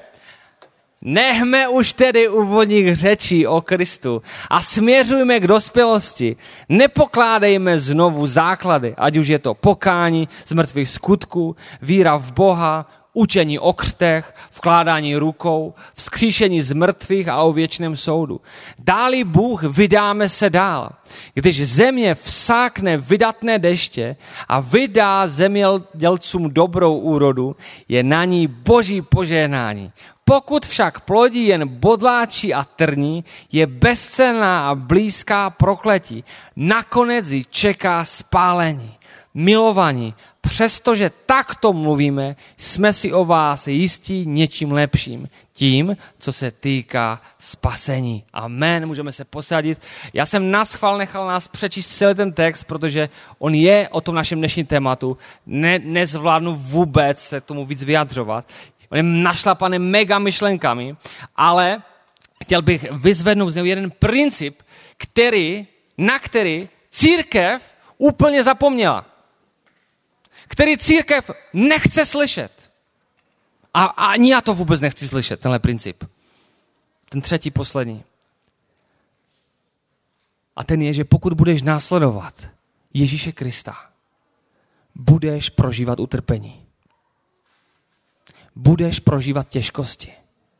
Nechme už tedy úvodních řečí o Kristu a směřujme k dospělosti. Nepokládejme znovu základy, ať už je to pokání z mrtvých skutků, víra v Boha, učení o křtech, vkládání rukou, vzkříšení z mrtvých a o věčném soudu. Dáli Bůh, vydáme se dál. Když země vsákne vydatné deště a vydá zemědělcům dobrou úrodu, je na ní Boží požehnání. pokud však plodí jen bodláči a trní, je bezcenná a blízká prokletí. Nakonec ji čeká spálení. Milovaní, přestože takto mluvíme, jsme si o vás jistí něčím lepším. Tím, co se týká spasení. Amen. Můžeme se posadit. Já jsem naschvál nechal nás přečíst celý ten text, protože on je o tom našem dnešním tématu. Nezvládnu vůbec se tomu víc vyjadřovat. On je našlapaný mega myšlenkami, ale chtěl bych vyzvednout z něho jeden princip, na který církev úplně zapomněla. Který církev nechce slyšet. A ani já to vůbec nechci slyšet, tenhle princip. Ten třetí, poslední. A ten je, že pokud budeš následovat Ježíše Krista, budeš prožívat utrpení. Budeš prožívat těžkosti.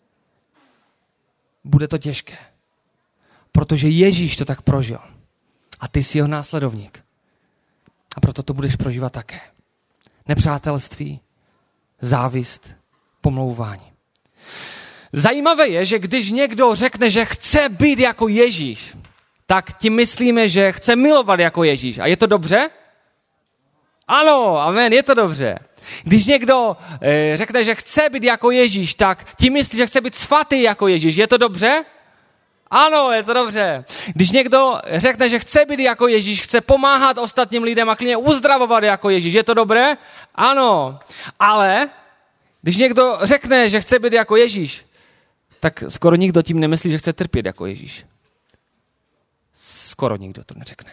Bude to těžké. Protože Ježíš to tak prožil. A ty jsi jeho následovník. A proto to budeš prožívat také. Nepřátelství, závist, pomlouvání. Zajímavé je, že když někdo řekne, že chce být jako Ježíš, tak tím myslíme, že chce milovat jako Ježíš. A je to dobře? Ano, amen, je to dobře. Když někdo řekne, že chce být jako Ježíš, tak tím myslí, že chce být svatý jako Ježíš. Je to dobře? Ano, je to dobře. Když někdo řekne, že chce být jako Ježíš, chce pomáhat ostatním lidem a klidně uzdravovat jako Ježíš, je to dobré? Ano. Ale když někdo řekne, že chce být jako Ježíš, tak skoro nikdo tím nemyslí, že chce trpět jako Ježíš. Skoro nikdo to neřekne.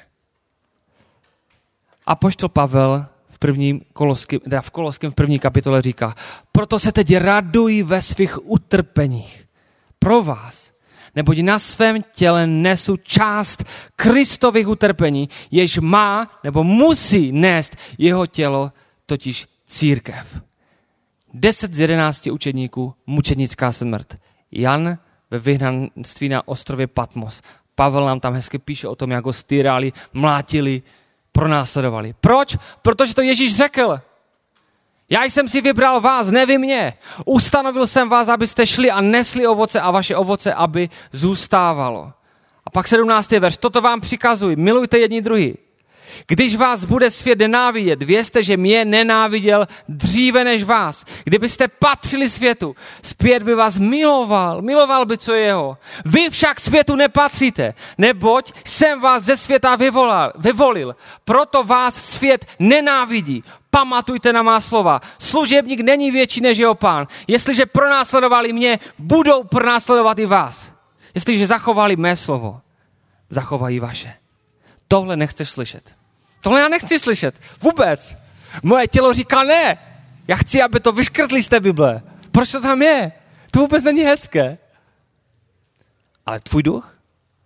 Apoštol Pavel v Koloském v 1. kapitole říká: proto se teď raduj ve svých utrpeních pro vás, neboť na svém těle nesu část Kristových utrpení, jež má nebo musí nést jeho tělo, totiž církev. 10 z 11 učedníků mučenická smrt. Jan ve vyhnanství na ostrově Patmos. Pavel nám tam hezky píše o tom, jak ho stýrali, mlátili, pronásledovali. Proč? Protože to Ježíš řekl. Já jsem si vybral vás, ne vy mě. Ustanovil jsem vás, abyste šli a nesli ovoce a vaše ovoce, aby zůstávalo. A pak 17. verš. Toto vám přikazuji. Milujte jedni druhý. Když vás bude svět nenávidět, vězte, že mě nenáviděl dříve než vás. Kdybyste patřili světu, zpět by vás miloval by, co je jeho. Vy však světu nepatříte, neboť jsem vás ze světa vyvolil. Proto vás svět nenávidí. Pamatujte na má slova. Služebník není větší než jeho pán. Jestliže pronásledovali mě, budou pronásledovat i vás. Jestliže zachovali mé slovo, zachovají vaše. Tohle nechceš slyšet. Tohle já nechci slyšet. Vůbec. Moje tělo říká ne. Já chci, aby to vyškrtli z té Bible. Proč to tam je? To vůbec není hezké. Ale tvůj duch?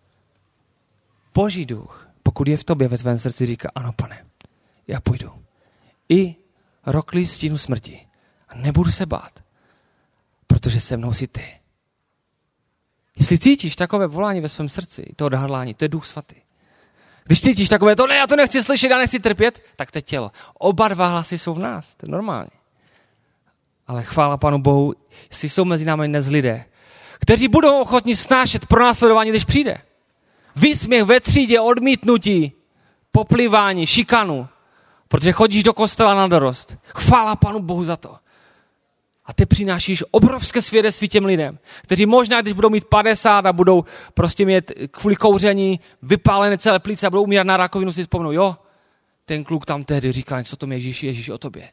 Boží duch, pokud je v tobě, ve tvém srdci, říká: ano, pane, já půjdu. I roklí stínu smrti. A nebudu se bát, protože se mnou jsi ty. Jestli cítíš takové volání ve svém srdci, to odhodlání, to je Duch Svatý. Když cítíš takové, to ne, já to nechci slyšet, já nechci trpět, tak to je tělo. Oba dva hlasy jsou v nás, to je normální. Ale chvála Pánu Bohu, jestli jsou mezi námi dnes lidé, kteří budou ochotní snášet pronásledování, když přijde. Výsměch ve třídě, odmítnutí, poplivání, šikanu, protože chodíš do kostela na dorost. Chvála Pánu Bohu za to. A ty přinášíš obrovské svědectví těm lidem, kteří možná, když budou mít 50 a budou prostě mít kvůli kouření vypálené celé plíce a budou umírat na rakovinu, si vzpomnou, jo, ten kluk tam tehdy říkal něco o tom Ježíši o tobě.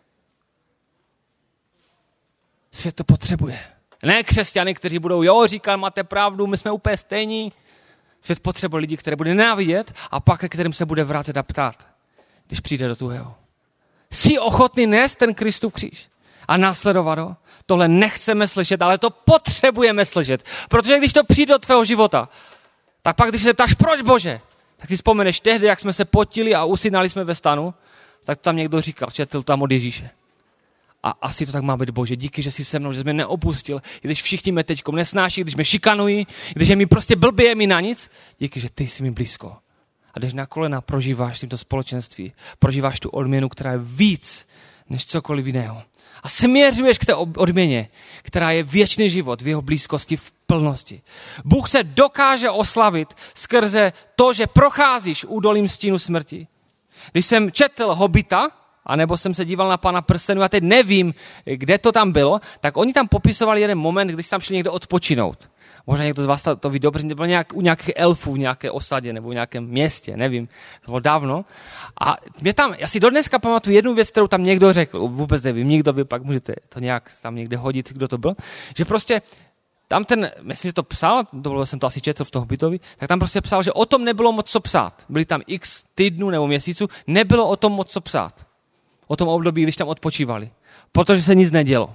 Svět to potřebuje. Ne křesťany, kteří budou, jo, říkal, máte pravdu, my jsme úplně stejní. Svět potřebuje lidi, které bude nenávidět a pak, ke kterým se bude vracet a ptát, když přijde do tuhého. Jsi ochotný nést ten Kristův kříž a následovat ho? Tohle nechceme slyšet, ale to potřebujeme slyšet. Protože když to přijde do tvého života, tak pak, když se ptáš, proč Bože, tak si vzpomeneš tehdy, jak jsme se potili a usínali jsme ve stanu, tak tam někdo říkal, četl tam od Ježíše. A asi to tak má být, Bože, díky, že jsi se mnou, že jsi mě neopustil, i když všichni mě teďkom nesnáší, když mě šikanují, když je mi prostě blbě, je mi na nic, díky, že ty jsi mi blízko. A když na kolena prožíváš tímto společenství, prožíváš tu odměnu, která je víc než cokoliv jiného. A směřuješ k té odměně, která je věčný život v jeho blízkosti v plnosti. Bůh se dokáže oslavit skrze to, že procházíš údolím stínu smrti. Když jsem četl Hobita, anebo jsem se díval na Pana prstenů a teď nevím, kde to tam bylo, tak oni tam popisovali jeden moment, když tam šli někde odpočinout. Možná někdo z vás to ví dobře, to bylo u nějakých elfů v nějaké osadě nebo v nějakém městě, nevím, to bylo dávno. A já si dodneska pamatuju jednu věc, kterou tam někdo řekl, vůbec nevím, nikdo vy pak můžete to nějak tam někde hodit, kdo to byl, že prostě tam myslím, že to psal, jsem to asi četl v toho Hobbitovi, tak tam prostě psal, že o tom nebylo moc co psát. Byli tam x týdnů nebo měsíců, nebylo o tom moc co psát. O tom období, když tam odpočívali. Protože se nic nedělo.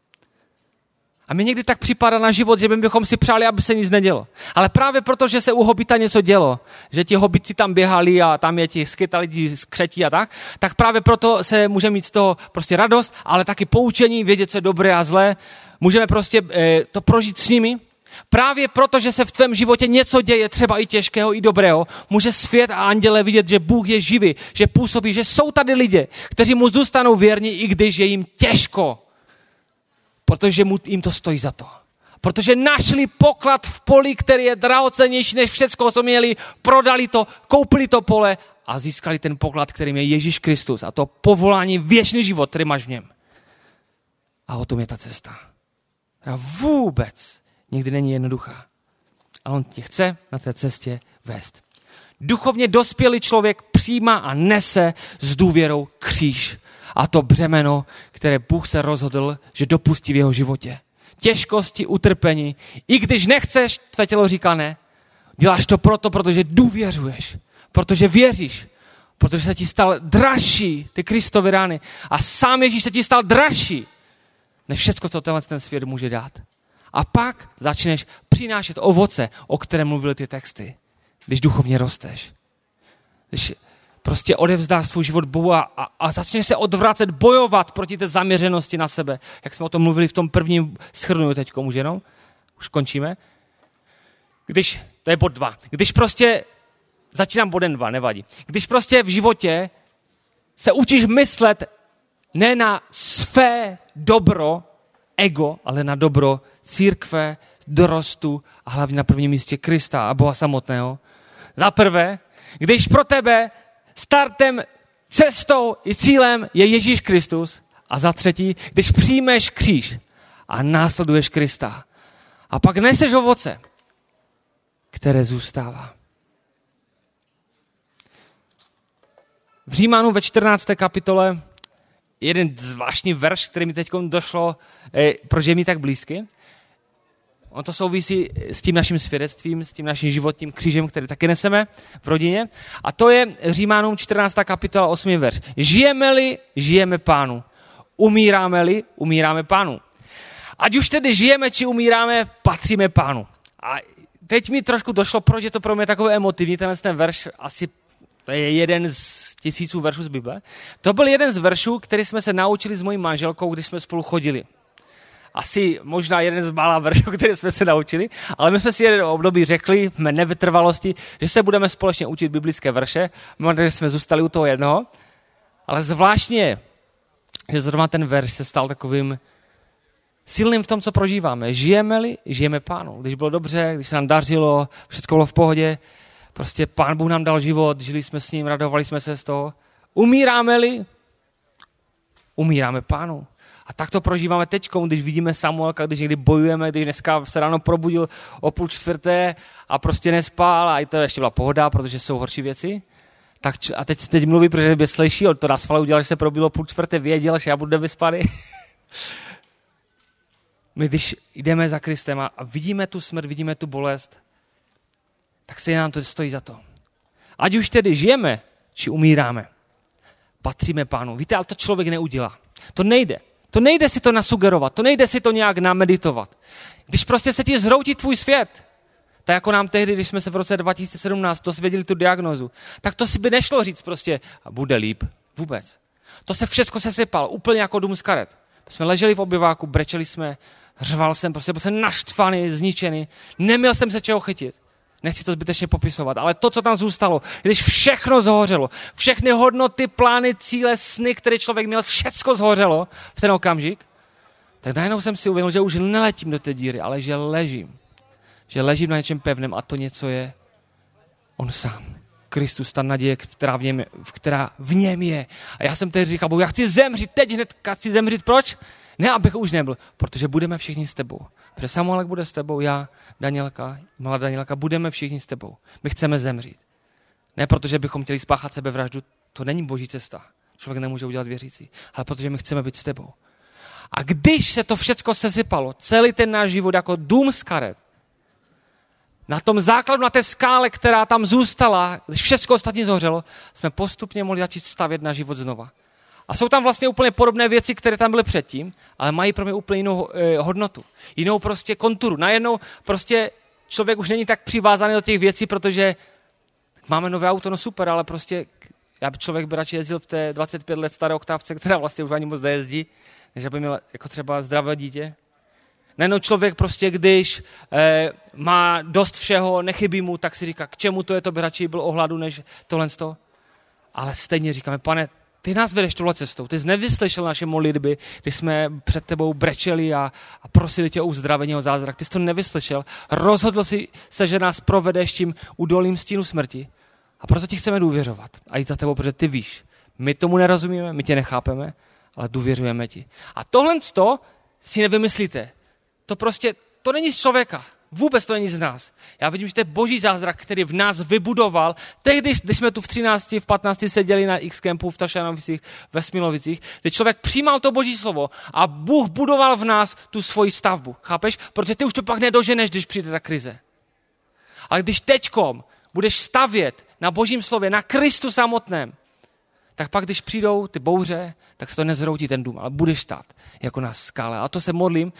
A mi někdy tak připadá na život, že bychom si přáli, aby se nic nedělo. Ale právě proto, že se u Hobita něco dělo, že ti hobitci tam běhali a tam je ti skytali ti skřetí a tak právě proto se můžeme mít z toho prostě radost, ale taky poučení, vědět, co je dobré a zlé. Můžeme prostě to prožít s nimi. Právě proto, že se v tvém životě něco děje, třeba i těžkého, i dobrého, může svět a anděle vidět, že Bůh je živý, že působí, že jsou tady lidé, kteří mu zůstanou věrní, i když je jim těžko. Protože jim to stojí za to. Protože našli poklad v poli, který je drahocennější než všecko, co měli, prodali to, koupili to pole a získali ten poklad, kterým je Ježíš Kristus. A to povolání věčný život, který máš v něm. A o tom je ta cesta. A vůbec nikdy není jednoduchá. Ale on tě chce na té cestě vést. Duchovně dospělý člověk přijímá a nese s důvěrou kříž. A to břemeno, které Bůh se rozhodl, že dopustí v jeho životě. Těžkosti, utrpení. I když nechceš, tvé tělo říká ne. Děláš to protože důvěřuješ. Protože věříš. Protože se ti stal dražší ty Kristovy rány. A sám Ježíš se ti stal dražší než všecko, co ten svět může dát. A pak začneš přinášet ovoce, o kterém mluvily ty texty. Když duchovně rosteš. Když prostě odevzdáš svůj život Bohu a začneš se odvracet, bojovat proti té zaměřenosti na sebe. Jak jsme o tom mluvili v tom prvním shrnu teď, může no? Už končíme. To je bod 2. Když prostě, začínám bodem 2, nevadí. Když prostě v životě se učíš myslet ne na své dobro, ego, ale na dobro církve, dorostu a hlavně na prvním místě Krista a Boha samotného. Za prvé, když pro tebe startem, cestou i cílem je Ježíš Kristus. A za třetí, když přijmeš kříž a následuješ Krista. A pak neseš ovoce, které zůstává. V Římanům ve 14. kapitole jeden zvláštní verš, který mi teď došlo, proč je mi tak blízky. On to souvisí s tím naším svědectvím, s tím naším životním křížem, který taky neseme v rodině. A to je Římanům 14. kapitola 8. verš. Žijeme-li, žijeme Pánu. Umíráme-li, umíráme Pánu. Ať už tedy žijeme, či umíráme, patříme Pánu. A teď mi trošku došlo, proč je to pro mě takové emotivní, ten verš, asi to je jeden z tisíců veršů z Bible. To byl jeden z veršů, který jsme se naučili s mojí manželkou, když jsme spolu chodili. Asi možná jeden z mála veršů, které jsme se naučili, ale my jsme si jeden období řekli v mé nevytrvalosti, že se budeme společně učit biblické verše, protože jsme zůstali u toho jednoho, ale zvláštně je, že zrovna ten verš se stal takovým silným v tom, co prožíváme. Žijeme-li, žijeme Pánu. Když bylo dobře, když se nám dařilo, všechno bylo v pohodě, prostě Pán Bůh nám dal život, žili jsme s ním, radovali jsme se z toho. Umíráme-li, umíráme Pánu. A tak to prožíváme teď, když vidíme Samuelka, když někdy bojujeme, když dneska se ráno probudil o 3:30 a prostě nespál a i to ještě byla pohoda, protože jsou horší věci. Tak a teď mluví, protože by slyší, to na svalu udělal, že se probilo 3:30, věděl, že já budu nevyspaný. My když jdeme za Kristem a vidíme tu smrt, vidíme tu bolest, tak se nám to stojí za to. Ať už tedy žijeme, či umíráme, patříme Pánu. Víte, ale to člověk neudělá. To nejde. To nejde si to nasugerovat, to nejde si to nějak nameditovat. Když prostě se ti zhroutí tvůj svět, tak jako nám tehdy, když jsme se v roce 2017 dozvěděli tu diagnózu, tak to si by nešlo říct prostě, a bude líp. Vůbec. To se všechno sesypalo, úplně jako dům z karet. Jsme leželi v obyváku, brečeli jsme, řval jsem, prostě byl jsem naštvaný, zničený, neměl jsem se čeho chytit. Nechci to zbytečně popisovat, ale to, co tam zůstalo, když všechno zhořelo, všechny hodnoty, plány, cíle, sny, které člověk měl, všecko zhořelo v ten okamžik, tak najednou jsem si uvědomil, že už neletím do té díry, ale že ležím. Že ležím na něčem pevném a to něco je on sám. Kristus, ta naděje, která v něm je. A já jsem teď říkal, Bohu, já chci zemřít, teď hned chci zemřít. Proč? Ne, abych už nebyl, protože budeme všichni s tebou. Protože Samuelek bude s tebou, já, Danielka, malá Danielka, budeme všichni s tebou. My chceme zemřít. Ne protože bychom chtěli spáchat sebevraždu, to není boží cesta. Člověk nemůže udělat věřící, ale protože my chceme být s tebou. A když se to všecko sesypalo, celý ten náš život jako dům z karet, na tom základu, na té skále, která tam zůstala, když všechno ostatní zhořelo, jsme postupně mohli začít stavět na život znova. A jsou tam vlastně úplně podobné věci, které tam byly předtím, ale mají pro mě úplně jinou hodnotu. Jinou prostě konturu. Najednou prostě člověk už není tak přivázaný do těch věcí, protože máme nové auto, no super, ale prostě člověk by radši jezdil v té 25 let staré oktávce, která vlastně už ani moc nejezdí, než aby měl jako třeba zdravé dítě. Najednou člověk prostě, když má dost všeho, nechybí mu, tak si říká, k čemu to je, to by radši byl ohladu, než tohle z toho. Ale stejně říkáme, Pane, ty nás vedeš touhle cestou, ty jsi nevyslyšel naše modlitby, když jsme před tebou brečeli a prosili tě o uzdravení, o zázrak, ty jsi to nevyslyšel, rozhodl jsi se, že nás provedeš tím údolím stínu smrti a proto ti chceme důvěřovat a jít za tebou, protože ty víš, my tomu nerozumíme, my tě nechápeme, ale důvěřujeme ti. A tohle si nevymyslíte. To není z člověka. Vůbec to není z nás. Já vidím, že to je boží zázrak, který v nás vybudoval. Tehdy, když jsme tu v 13, v 15 seděli na X-Campu v Tašanovicích, ve Smilovicích, kde člověk přijímal to boží slovo a Bůh budoval v nás tu svoji stavbu. Chápeš? Protože ty už to pak nedoženeš, když přijde ta krize. Ale když teďkom budeš stavět na božím slově, na Kristu samotném, tak pak, když přijdou ty bouře, tak se to nezhroutí ten dům, ale budeš stát jako na skále. A to se modlím,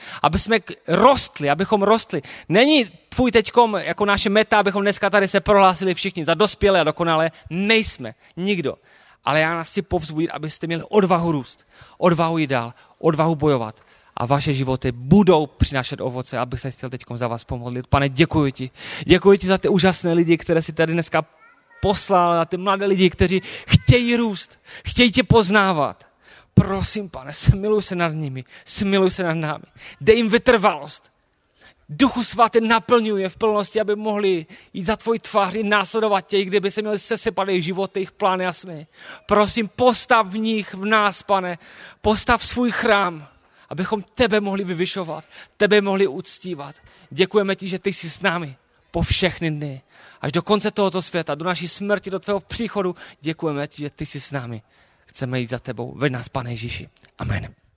abychom rostli. Není tvůj teďkom jako naše meta, abychom dneska tady se prohlásili všichni za dospělé a dokonalé. Nejsme, nikdo. Ale já nás chci povzbudit, abyste měli odvahu růst, odvahu jít dál, odvahu bojovat. A vaše životy budou přinášet ovoce, abych se chtěl teďkom za vás pomodlit. Pane, děkuji ti. Děkuji ti za ty úžasné lidi, které si tady dneska poslal, na ty mladé lidi, kteří chtějí růst, chtějí tě poznávat. Prosím, Pane, smiluj se nad nimi, smiluj se nad námi. Dej jim vytrvalost. Duchu svatý naplňuje v plnosti, aby mohli jít za tvoji tváři, následovat tě, kdyby se měli sesypat jejich životy, jejich plány a sny. Prosím, postav v nich, v nás, Pane, postav svůj chrám, abychom tebe mohli vyvyšovat, tebe mohli uctívat. Děkujeme ti, že ty jsi s námi po všechny dny. Až do konce tohoto světa, do naší smrti, do tvého příchodu, děkujeme ti, že ty jsi s námi. Chceme jít za tebou. Veď nás, Pane Ježíši. Amen.